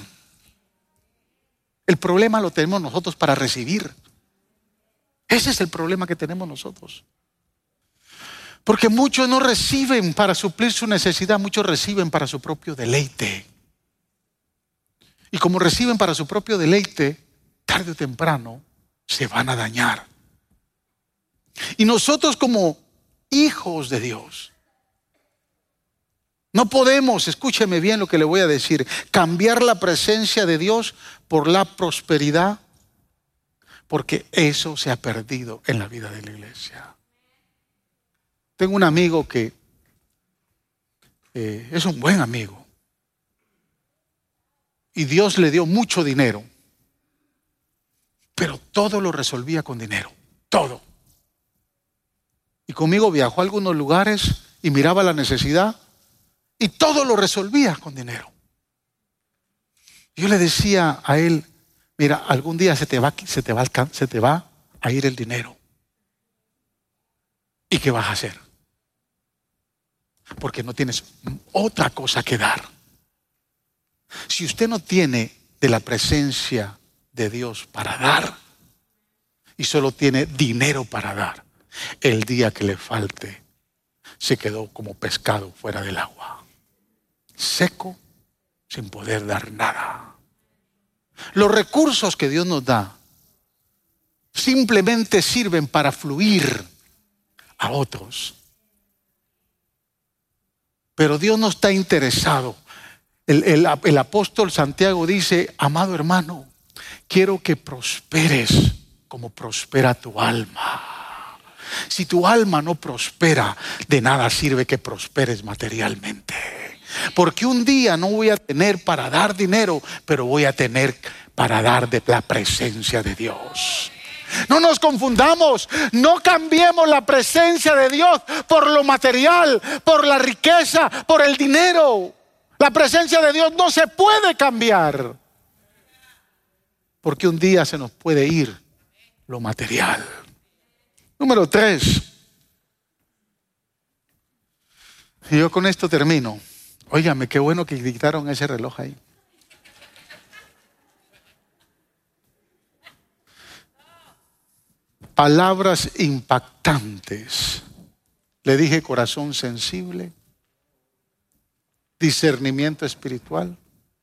El problema lo tenemos nosotros para recibir. Ese es el problema que tenemos nosotros. Porque muchos no reciben para suplir su necesidad, muchos reciben para su propio deleite. Y como reciben para su propio deleite, tarde o temprano se van a dañar. Y nosotros como hijos de Dios. No podemos, escúcheme bien lo que le voy a decir, cambiar la presencia de Dios por la prosperidad, porque eso se ha perdido en la vida de la iglesia. Tengo un amigo que eh, es un buen amigo y Dios le dio mucho dinero, pero todo lo resolvía con dinero, todo. Y conmigo viajó a algunos lugares y miraba la necesidad y todo lo resolvía con dinero. Yo le decía a él, mira, algún día se te va, se te va, se te va a ir el dinero. ¿Y qué vas a hacer? Porque no tienes otra cosa que dar. Si usted no tiene de la presencia de Dios para dar y solo tiene dinero para dar, el día que le falte se quedó como pescado fuera del agua, seco, sin poder dar nada. Los recursos que Dios nos da simplemente sirven para fluir a otros. Pero Dios no está interesado. El, el, el apóstol Santiago dice, amado hermano, quiero que prosperes como prospera tu alma. Si tu alma no prospera, de nada sirve que prosperes materialmente. Porque un día no voy a tener para dar dinero, pero voy a tener para dar de la presencia de Dios. No nos confundamos, no cambiemos la presencia de Dios por lo material, por la riqueza, por el dinero. La presencia de Dios no se puede cambiar, porque un día se nos puede ir lo material. Número tres. Y yo con esto termino. Óigame, qué bueno que quitaron ese reloj ahí. Palabras impactantes. Le dije corazón sensible, discernimiento espiritual.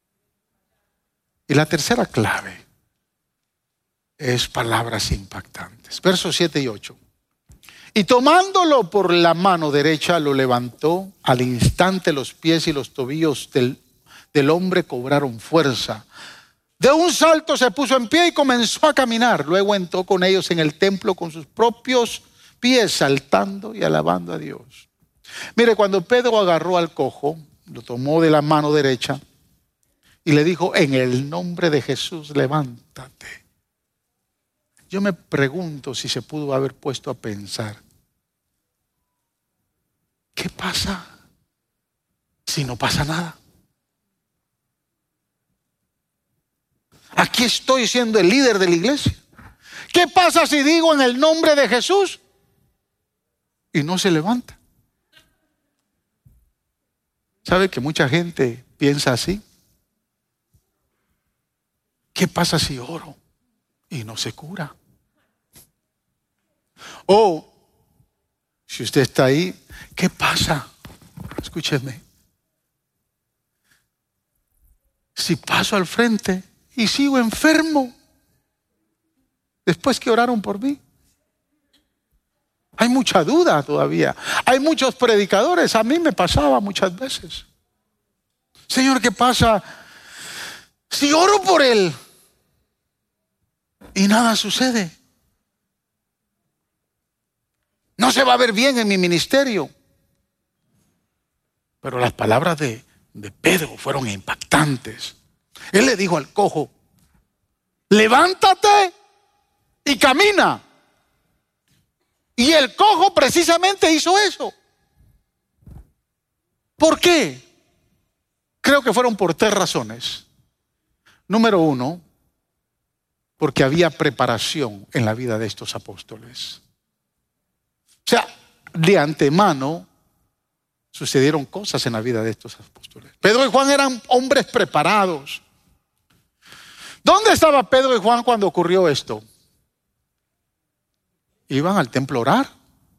Y la tercera clave es palabras impactantes. Versos siete y ocho. Y tomándolo por la mano derecha, lo levantó. Al instante los pies y los tobillos del, del hombre cobraron fuerza. De un salto se puso en pie y comenzó a caminar. Luego entró con ellos en el templo con sus propios pies, saltando y alabando a Dios. Mire, cuando Pedro agarró al cojo, lo tomó de la mano derecha y le dijo, en el nombre de Jesús, levántate. Yo me pregunto si se pudo haber puesto a pensar, ¿qué pasa si no pasa nada? Aquí estoy siendo el líder de la iglesia. ¿Qué pasa si digo en el nombre de Jesús y no se levanta? ¿Sabe que mucha gente piensa así? ¿Qué pasa si oro y no se cura? O, si usted está ahí, ¿qué pasa? Escúcheme. Si paso al frente y sigo enfermo después que oraron por mí. Hay mucha duda todavía. Hay muchos predicadores. A mí me pasaba muchas veces. Señor, ¿qué pasa si oro por él y nada sucede? No se va a ver bien en mi ministerio. Pero las palabras de, de Pedro fueron impactantes. Él le dijo al cojo, levántate y camina. Y el cojo precisamente hizo eso. ¿Por qué? Creo que fueron por tres razones. Número uno, porque había preparación en la vida de estos apóstoles. O sea, de antemano sucedieron cosas en la vida de estos apóstoles. Pedro y Juan eran hombres preparados. ¿Dónde estaba Pedro y Juan cuando ocurrió esto? Iban al templo a orar.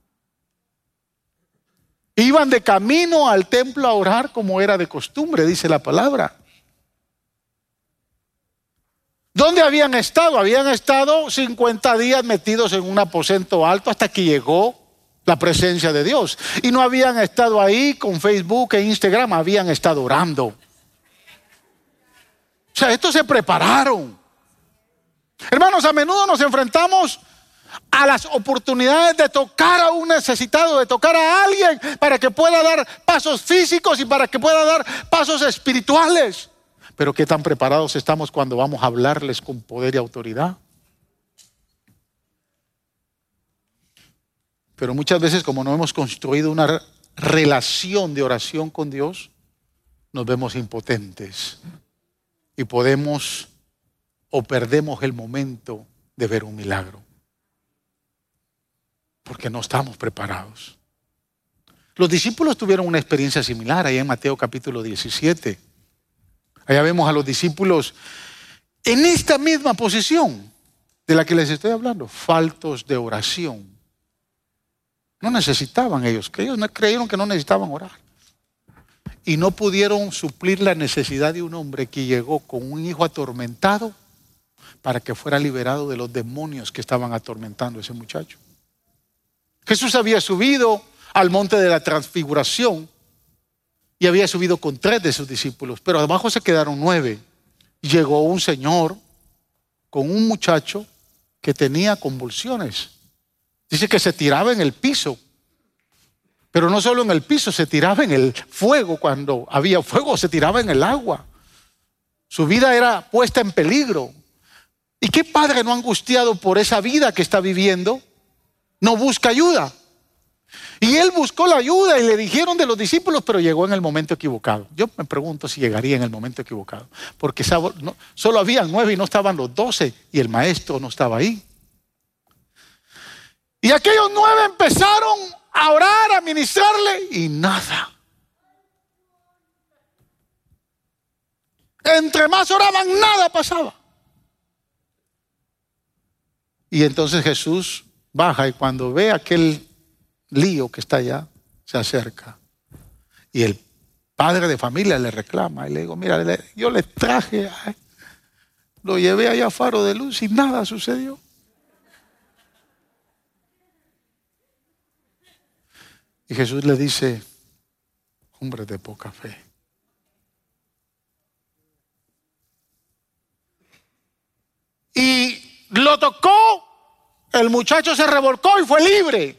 Iban de camino al templo a orar como era de costumbre, dice la palabra. ¿Dónde habían estado? Habían estado cincuenta días metidos en un aposento alto hasta que llegó la presencia de Dios. Y no habían estado ahí con Facebook e Instagram, habían estado orando. O sea, estos se prepararon. Hermanos, a menudo nos enfrentamos a las oportunidades de tocar a un necesitado, de tocar a alguien para que pueda dar pasos físicos y para que pueda dar pasos espirituales. Pero ¿qué tan preparados estamos cuando vamos a hablarles con poder y autoridad? Pero muchas veces, como no hemos construido una relación de oración con Dios, nos vemos impotentes y podemos o perdemos el momento de ver un milagro, porque no estamos preparados. Los discípulos tuvieron una experiencia similar ahí en Mateo capítulo diecisiete. Allá vemos a los discípulos en esta misma posición de la que les estoy hablando, faltos de oración. No necesitaban ellos, que ellos no creyeron que no necesitaban orar. Y no pudieron suplir la necesidad de un hombre que llegó con un hijo atormentado para que fuera liberado de los demonios que estaban atormentando a ese muchacho. Jesús había subido al monte de la transfiguración y había subido con tres de sus discípulos, pero abajo se quedaron nueve. Llegó un señor con un muchacho que tenía convulsiones. Dice que se tiraba en el piso, pero no solo en el piso, se tiraba en el fuego. Cuando había fuego, se tiraba en el agua. Su vida era puesta en peligro. ¿Y qué padre no angustiado por esa vida que está viviendo no busca ayuda? Y él buscó la ayuda y le dijeron de los discípulos, pero llegó en el momento equivocado. Yo me pregunto si llegaría en el momento equivocado, porque solo había nueve y no estaban los doce y el maestro no estaba ahí. Y aquellos nueve empezaron a orar, a ministrarle y nada. Entre más oraban, nada pasaba. Y entonces Jesús baja y cuando ve aquel lío que está allá, se acerca. Y el padre de familia le reclama y le digo, mira, yo le traje, lo llevé allá a Faro de Luz y nada sucedió. Y Jesús le dice, hombre de poca fe. Y lo tocó, el muchacho se revolcó y fue libre.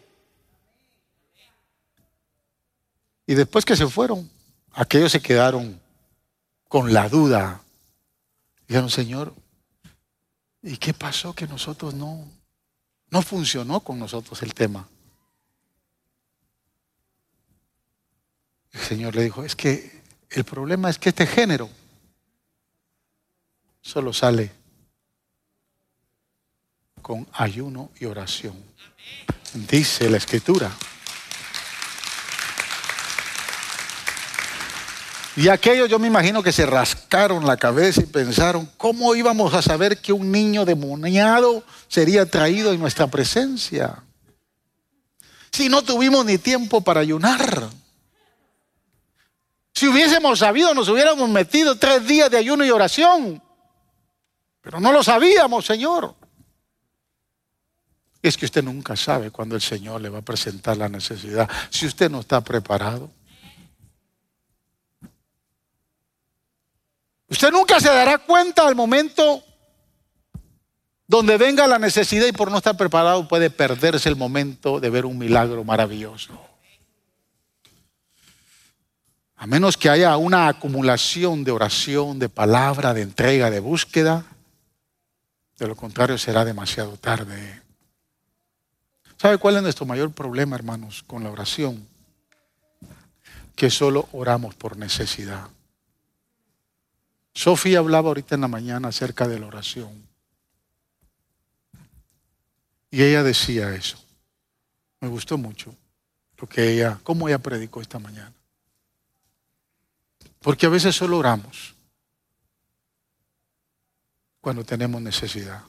Y después que se fueron, aquellos se quedaron con la duda. Dijeron, Señor, ¿y qué pasó que nosotros no, no funcionó con nosotros el tema? El Señor le dijo, es que el problema es que este género solo sale con ayuno y oración. Dice la Escritura. Y aquellos, yo me imagino que se rascaron la cabeza y pensaron, ¿cómo íbamos a saber que un niño demoniado sería traído en nuestra presencia? Si no tuvimos ni tiempo para ayunar. Si hubiésemos sabido, nos hubiéramos metido tres días de ayuno y oración. Pero no lo sabíamos, Señor. Es que usted nunca sabe cuándo el Señor le va a presentar la necesidad. Si usted no está preparado. Usted nunca se dará cuenta al momento donde venga la necesidad y por no estar preparado puede perderse el momento de ver un milagro maravilloso. A menos que haya una acumulación de oración, de palabra, de entrega, de búsqueda, de lo contrario será demasiado tarde. ¿Sabe cuál es nuestro mayor problema, hermanos, con la oración? Que solo oramos por necesidad. Sofía hablaba ahorita en la mañana acerca de la oración. Y ella decía eso. Me gustó mucho lo que ella, cómo ella predicó esta mañana. Porque a veces solo oramos cuando tenemos necesidad.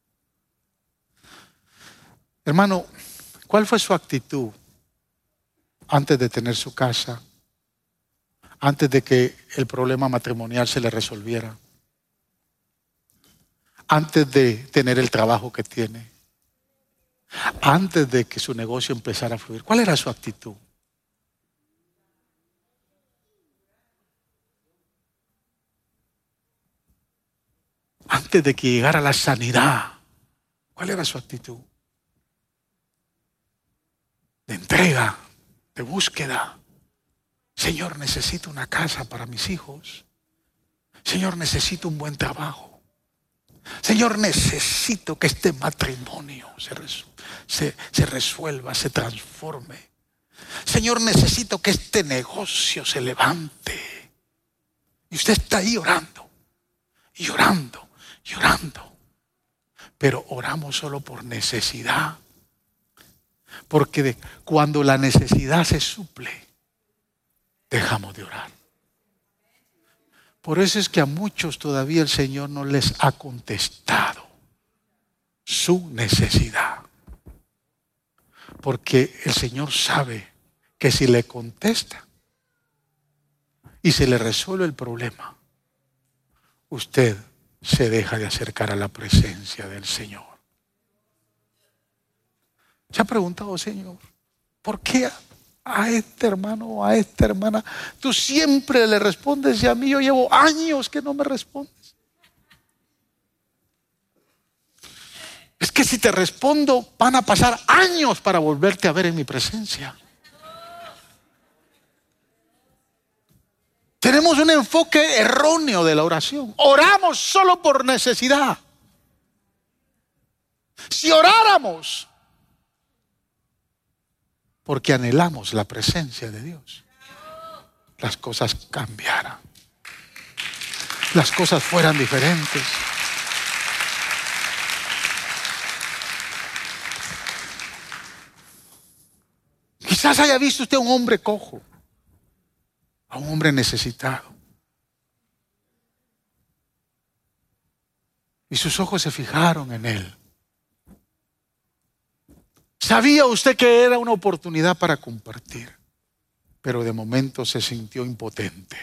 Hermano, ¿cuál fue su actitud antes de tener su casa? Antes de que el problema matrimonial se le resolviera. Antes de tener el trabajo que tiene. antes de que su negocio empezara a fluir? ¿Cuál era su actitud? Antes de que llegara la sanidad, ¿cuál era su actitud? De entrega, de búsqueda. Señor, necesito una casa para mis hijos. Señor, necesito un buen trabajo. Señor, necesito que este matrimonio se, resu- se, se resuelva, se transforme. Señor, necesito que este negocio se levante. Y usted está ahí orando, y orando, y orando. Pero oramos solo por necesidad. Porque de, cuando la necesidad se suple, dejamos de orar. Por eso es que a muchos todavía el Señor no les ha contestado su necesidad. Porque el Señor sabe que si le contesta y se le resuelve el problema, usted se deja de acercar a la presencia del Señor. ¿Se ha preguntado, Señor, por qué a este hermano o a esta hermana tú siempre le respondes y a mí yo llevo años que no me respondes? Es que si te respondo van a pasar años para volverte a ver en mi presencia. Tenemos un enfoque erróneo de la oración. Oramos solo por necesidad. Si oráramos porque anhelamos la presencia de Dios, las cosas cambiaran, las cosas fueran diferentes. Quizás haya visto usted a un hombre cojo, a un hombre necesitado, y sus ojos se fijaron en él. Sabía usted que era una oportunidad para compartir, pero de momento se sintió impotente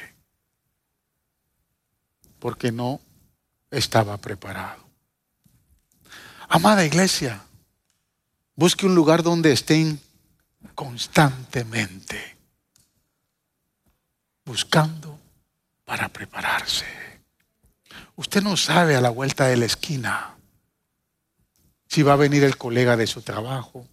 porque no estaba preparado. Amada iglesia, busque un lugar donde estén constantemente buscando para prepararse. Usted no sabe a la vuelta de la esquina si va a venir el colega de su trabajo,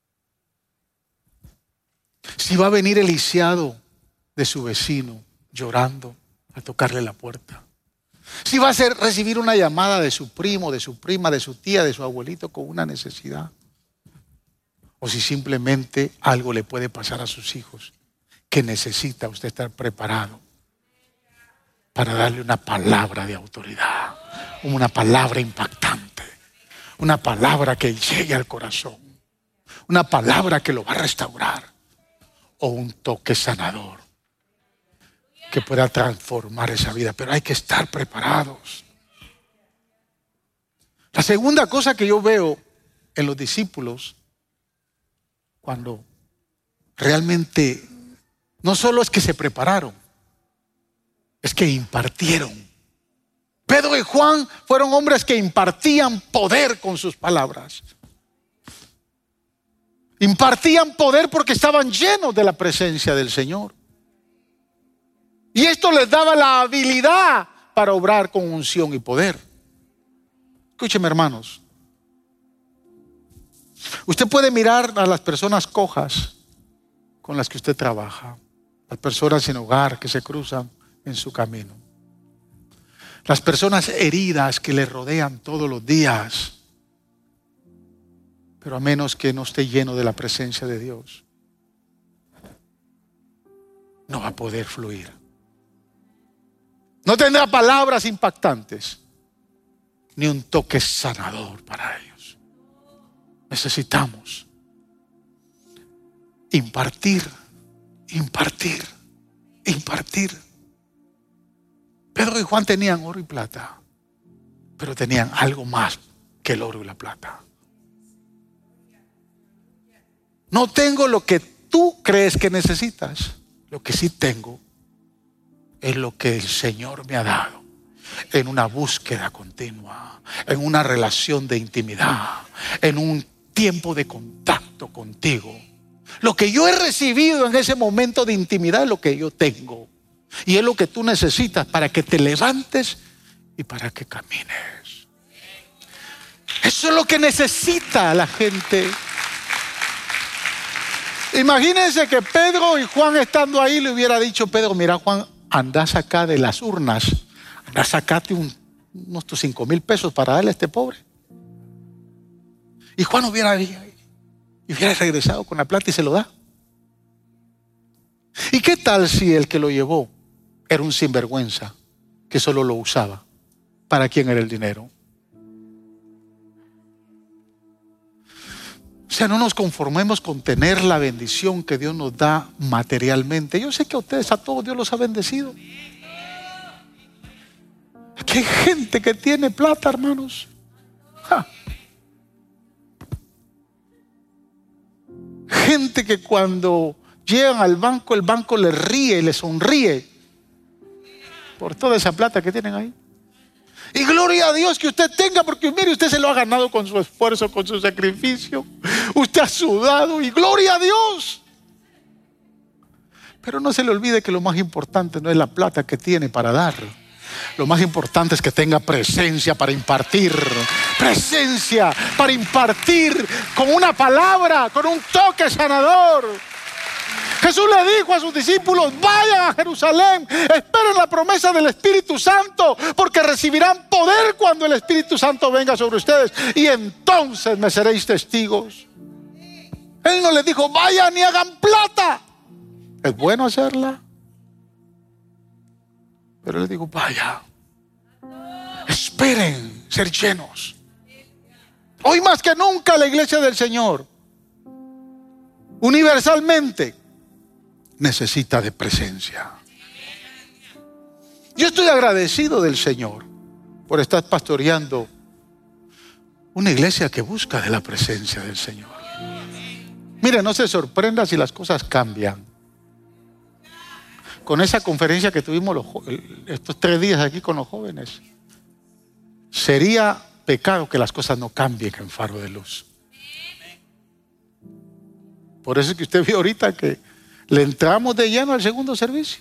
si va a venir el lisiado de su vecino llorando a tocarle la puerta, si va a ser, recibir una llamada de su primo, de su prima, de su tía, de su abuelito con una necesidad, o si simplemente algo le puede pasar a sus hijos que necesita usted estar preparado para darle una palabra de autoridad, una palabra impactante, una palabra que llegue al corazón, una palabra que lo va a restaurar, o un toque sanador que pueda transformar esa vida. Pero hay que estar preparados. La segunda cosa que yo veo en los discípulos, cuando realmente no solo es que se prepararon, es que impartieron. Pedro y Juan fueron hombres que impartían poder con sus palabras. Impartían poder porque estaban llenos de la presencia del Señor. Y esto les daba la habilidad para obrar con unción y poder. Escúcheme, hermanos. Usted puede mirar a las personas cojas con las que usted trabaja, las personas sin hogar que se cruzan en su camino, las personas heridas que le rodean todos los días. Pero a menos que no esté lleno de la presencia de Dios, no va a poder fluir. No tendrá palabras impactantes, ni un toque sanador para ellos. Necesitamos impartir, impartir, impartir. Pedro y Juan tenían oro y plata, pero tenían algo más que el oro y la plata. No tengo lo que tú crees que necesitas. Lo que sí tengo es lo que el Señor me ha dado en una búsqueda continua, en una relación de intimidad, en un tiempo de contacto contigo. Lo que yo he recibido en ese momento de intimidad es lo que yo tengo. Y es lo que tú necesitas para que te levantes y para que camines. Eso es lo que necesita la gente. Imagínense que Pedro y Juan estando ahí le hubiera dicho: Pedro, mira Juan, anda acá de las urnas, anda sacate un, unos tus cinco mil pesos para darle a este pobre. Y Juan hubiera, y hubiera regresado con la plata y se lo da. ¿Y qué tal si el que lo llevó era un sinvergüenza que solo lo usaba? ¿Para quién era el dinero? O sea, no nos conformemos con tener la bendición que Dios nos da materialmente. Yo sé que a ustedes, a todos, Dios los ha bendecido. Aquí hay gente que tiene plata, hermanos. ¡Ja! Gente que cuando llegan al banco, el banco les ríe y les sonríe por toda esa plata que tienen ahí. Y gloria a Dios que usted tenga, porque mire, usted se lo ha ganado con su esfuerzo, con su sacrificio. Usted ha sudado y gloria a Dios. Pero no se le olvide que lo más importante no es la plata que tiene para dar. Lo más importante es que tenga presencia para impartir. Presencia para impartir con una palabra, con un toque sanador. Jesús le dijo a sus discípulos: vayan a Jerusalén, esperen la promesa del Espíritu Santo, porque recibirán poder cuando el Espíritu Santo venga sobre ustedes, y entonces me seréis testigos. Él no les dijo: vayan y hagan plata. Es bueno hacerla, pero les digo: vaya, esperen ser llenos. Hoy más que nunca la iglesia del Señor, universalmente, necesita de presencia. Yo estoy agradecido del Señor por estar pastoreando una iglesia que busca de la presencia del Señor. Mire, no se sorprenda si las cosas cambian. Con esa conferencia que tuvimos los, estos tres días aquí con los jóvenes, sería pecado que las cosas no cambien en Faro de Luz. Por eso es que usted vio ahorita que le entramos de lleno al segundo servicio.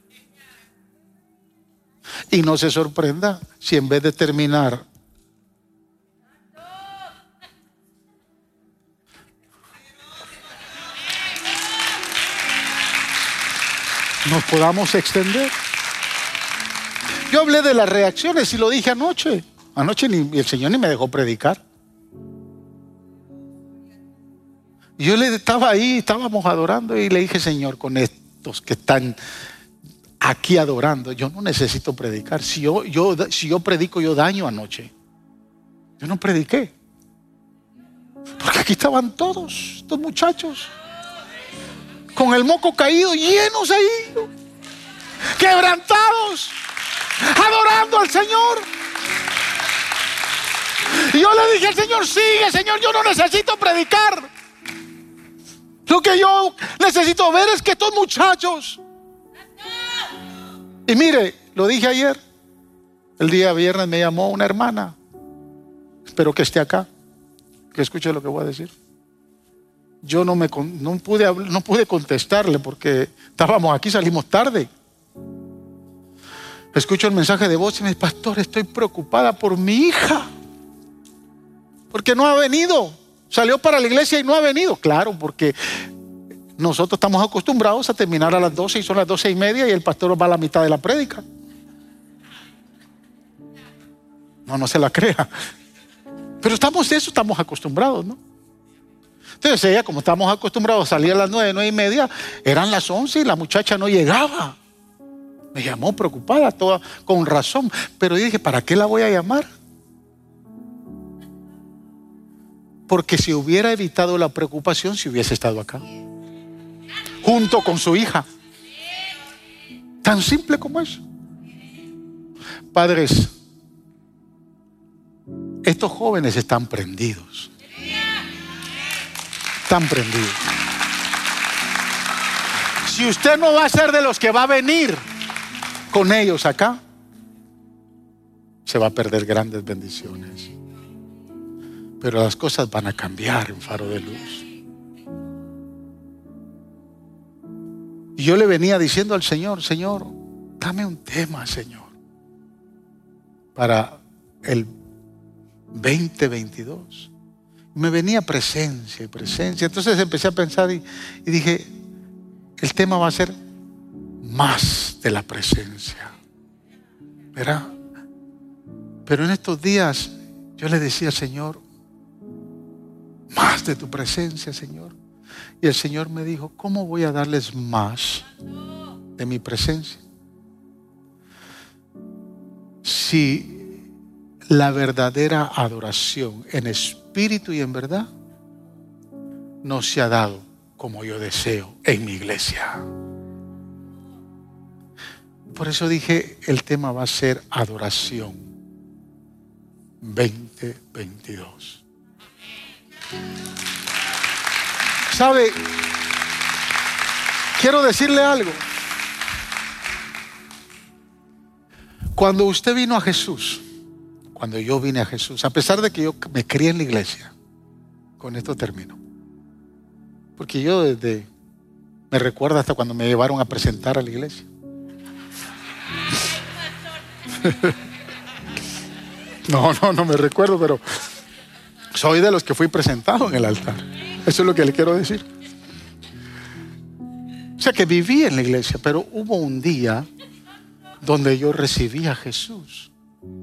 Y no se sorprenda si en vez de terminar nos podamos extender. Yo hablé de las reacciones y lo dije anoche. Anoche ni, el Señor ni me dejó predicar. Yo le estaba ahí, estábamos adorando y le dije: Señor, con estos que están aquí adorando, yo no necesito predicar. Si yo, yo, si yo predico, yo daño anoche. Yo no prediqué. Porque aquí estaban todos, estos muchachos, con el moco caído, llenos ahí, quebrantados, adorando al Señor. Y yo le dije al Señor: sigue, Señor, yo no necesito predicar. Lo que yo necesito ver es que estos muchachos, y mire, lo dije ayer, el día viernes me llamó una hermana, espero que esté acá, que escuche lo que voy a decir. Yo no, me, no, pude, no pude contestarle porque estábamos aquí, salimos tarde. Escucho el mensaje de voz y me dice: pastor, estoy preocupada por mi hija, porque no ha venido. Salió para la iglesia y no ha venido. Claro, porque nosotros estamos acostumbrados a terminar a las doce y son las doce y media y el pastor va a la mitad de la prédica. No, no se la crea. Pero estamos de eso, estamos acostumbrados, ¿no? Entonces ella, como estamos acostumbrados a salir a las nueve, nueve y media, eran las once y la muchacha no llegaba. Me llamó preocupada, toda con razón. Pero yo dije: ¿para qué la voy a llamar? Porque si hubiera evitado la preocupación, si hubiese estado acá, junto con su hija. Tan simple como eso. Padres, estos jóvenes están prendidos. Están prendidos. Si usted no va a ser de los que va a venir con ellos acá, se va a perder grandes bendiciones. pero las cosas van a cambiar en Faro de Luz. Y yo le venía diciendo al Señor, Señor, dame un tema, Señor, para el veinte veintidós. Me venía presencia y presencia. Entonces empecé a pensar y, y dije, el tema va a ser más de la presencia, ¿verdad? Pero en estos días yo le decía, Señor, más de tu presencia, Señor. Y el Señor me dijo, ¿cómo voy a darles más de mi presencia? Si la verdadera adoración en espíritu y en verdad no se ha dado como yo deseo en mi iglesia. Por eso dije, el tema va a ser adoración veinte veintidós. ¿Sabe? Quiero decirle algo. Cuando usted vino a Jesús, cuando yo vine a Jesús, a pesar de que yo me crié en la iglesia, con esto termino. Porque yo desde, me recuerdo hasta cuando me llevaron a presentar a la iglesia. No, no, no me recuerdo, pero soy de los que fui presentado en el altar. Eso es lo que le quiero decir. O sea que viví en la iglesia, pero hubo un día donde yo recibí a Jesús.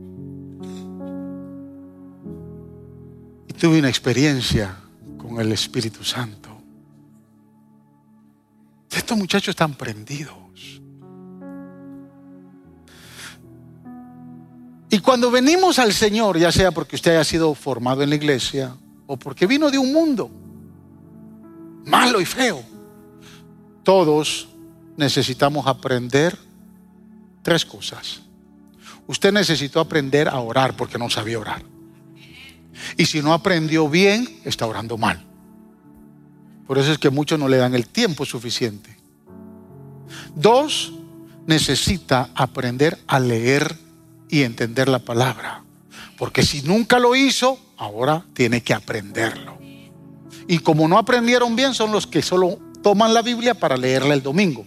Y tuve una experiencia con el Espíritu Santo. Estos muchachos están prendidos. Y cuando venimos al Señor, ya sea porque usted haya sido formado en la iglesia o porque vino de un mundo malo y feo, todos necesitamos aprender tres cosas. Usted necesitó aprender a orar porque no sabía orar. Y si no aprendió bien, está orando mal. Por eso es que muchos no le dan el tiempo suficiente. Dos, necesita aprender a leer y entender la palabra, porque si nunca lo hizo, ahora tiene que aprenderlo. Y como no aprendieron bien, son los que solo toman la Biblia para leerla el domingo.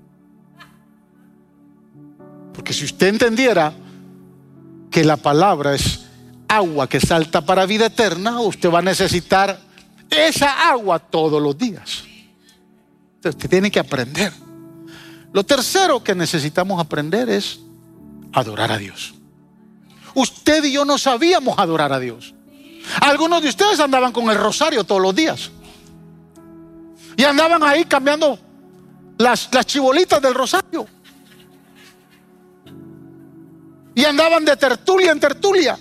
Porque si usted entendiera que la palabra es agua que salta para vida eterna, usted va a necesitar esa agua todos los días. Entonces usted tiene que aprender. Lo tercero que necesitamos aprender es adorar a Dios. Usted y yo no sabíamos adorar a Dios. Algunos de ustedes andaban con el rosario todos los días y andaban ahí cambiando las, las chibolitas del rosario y andaban de tertulia en tertulia.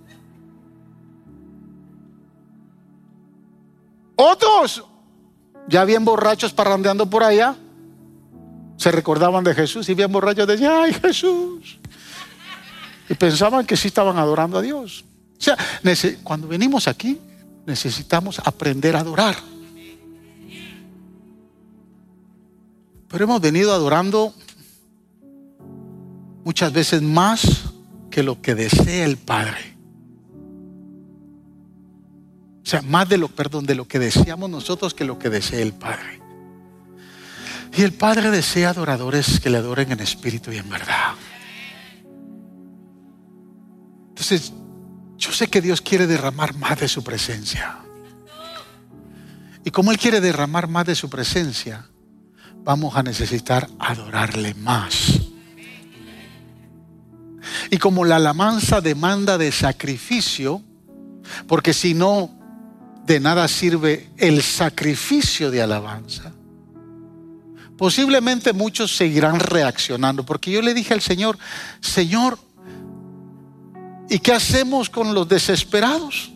Otros ya bien borrachos parrandeando por allá se recordaban de Jesús y bien borrachos decían, ay Jesús, y pensaban que sí estaban adorando a Dios. O sea, cuando venimos aquí necesitamos aprender a adorar. Pero hemos venido adorando muchas veces más que lo que desea el Padre. O sea, más de lo, perdón, de lo que deseamos nosotros que lo que desea el Padre. Y el Padre desea adoradores que le adoren en espíritu y en verdad. Entonces, yo sé que Dios quiere derramar más de su presencia. Y como Él quiere derramar más de su presencia, vamos a necesitar adorarle más. Y como la alabanza demanda de sacrificio, porque si no, de nada sirve el sacrificio de alabanza. Posiblemente muchos seguirán reaccionando, porque yo le dije al Señor, Señor, ¿y qué hacemos con los desesperados?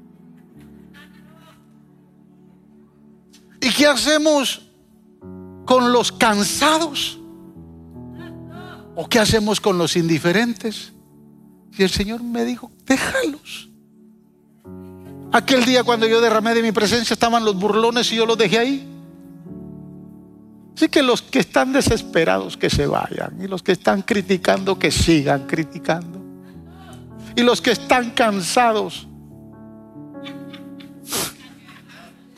¿Y qué hacemos con los cansados? ¿O qué hacemos con los indiferentes? Y el Señor me dijo, déjalos. Aquel día cuando yo derramé de mi presencia estaban los burlones y yo los dejé ahí. Así que los que están desesperados que se vayan, y los que están criticando que sigan criticando, y los que están cansados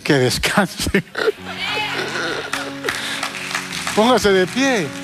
Que descanse. Póngase de pie.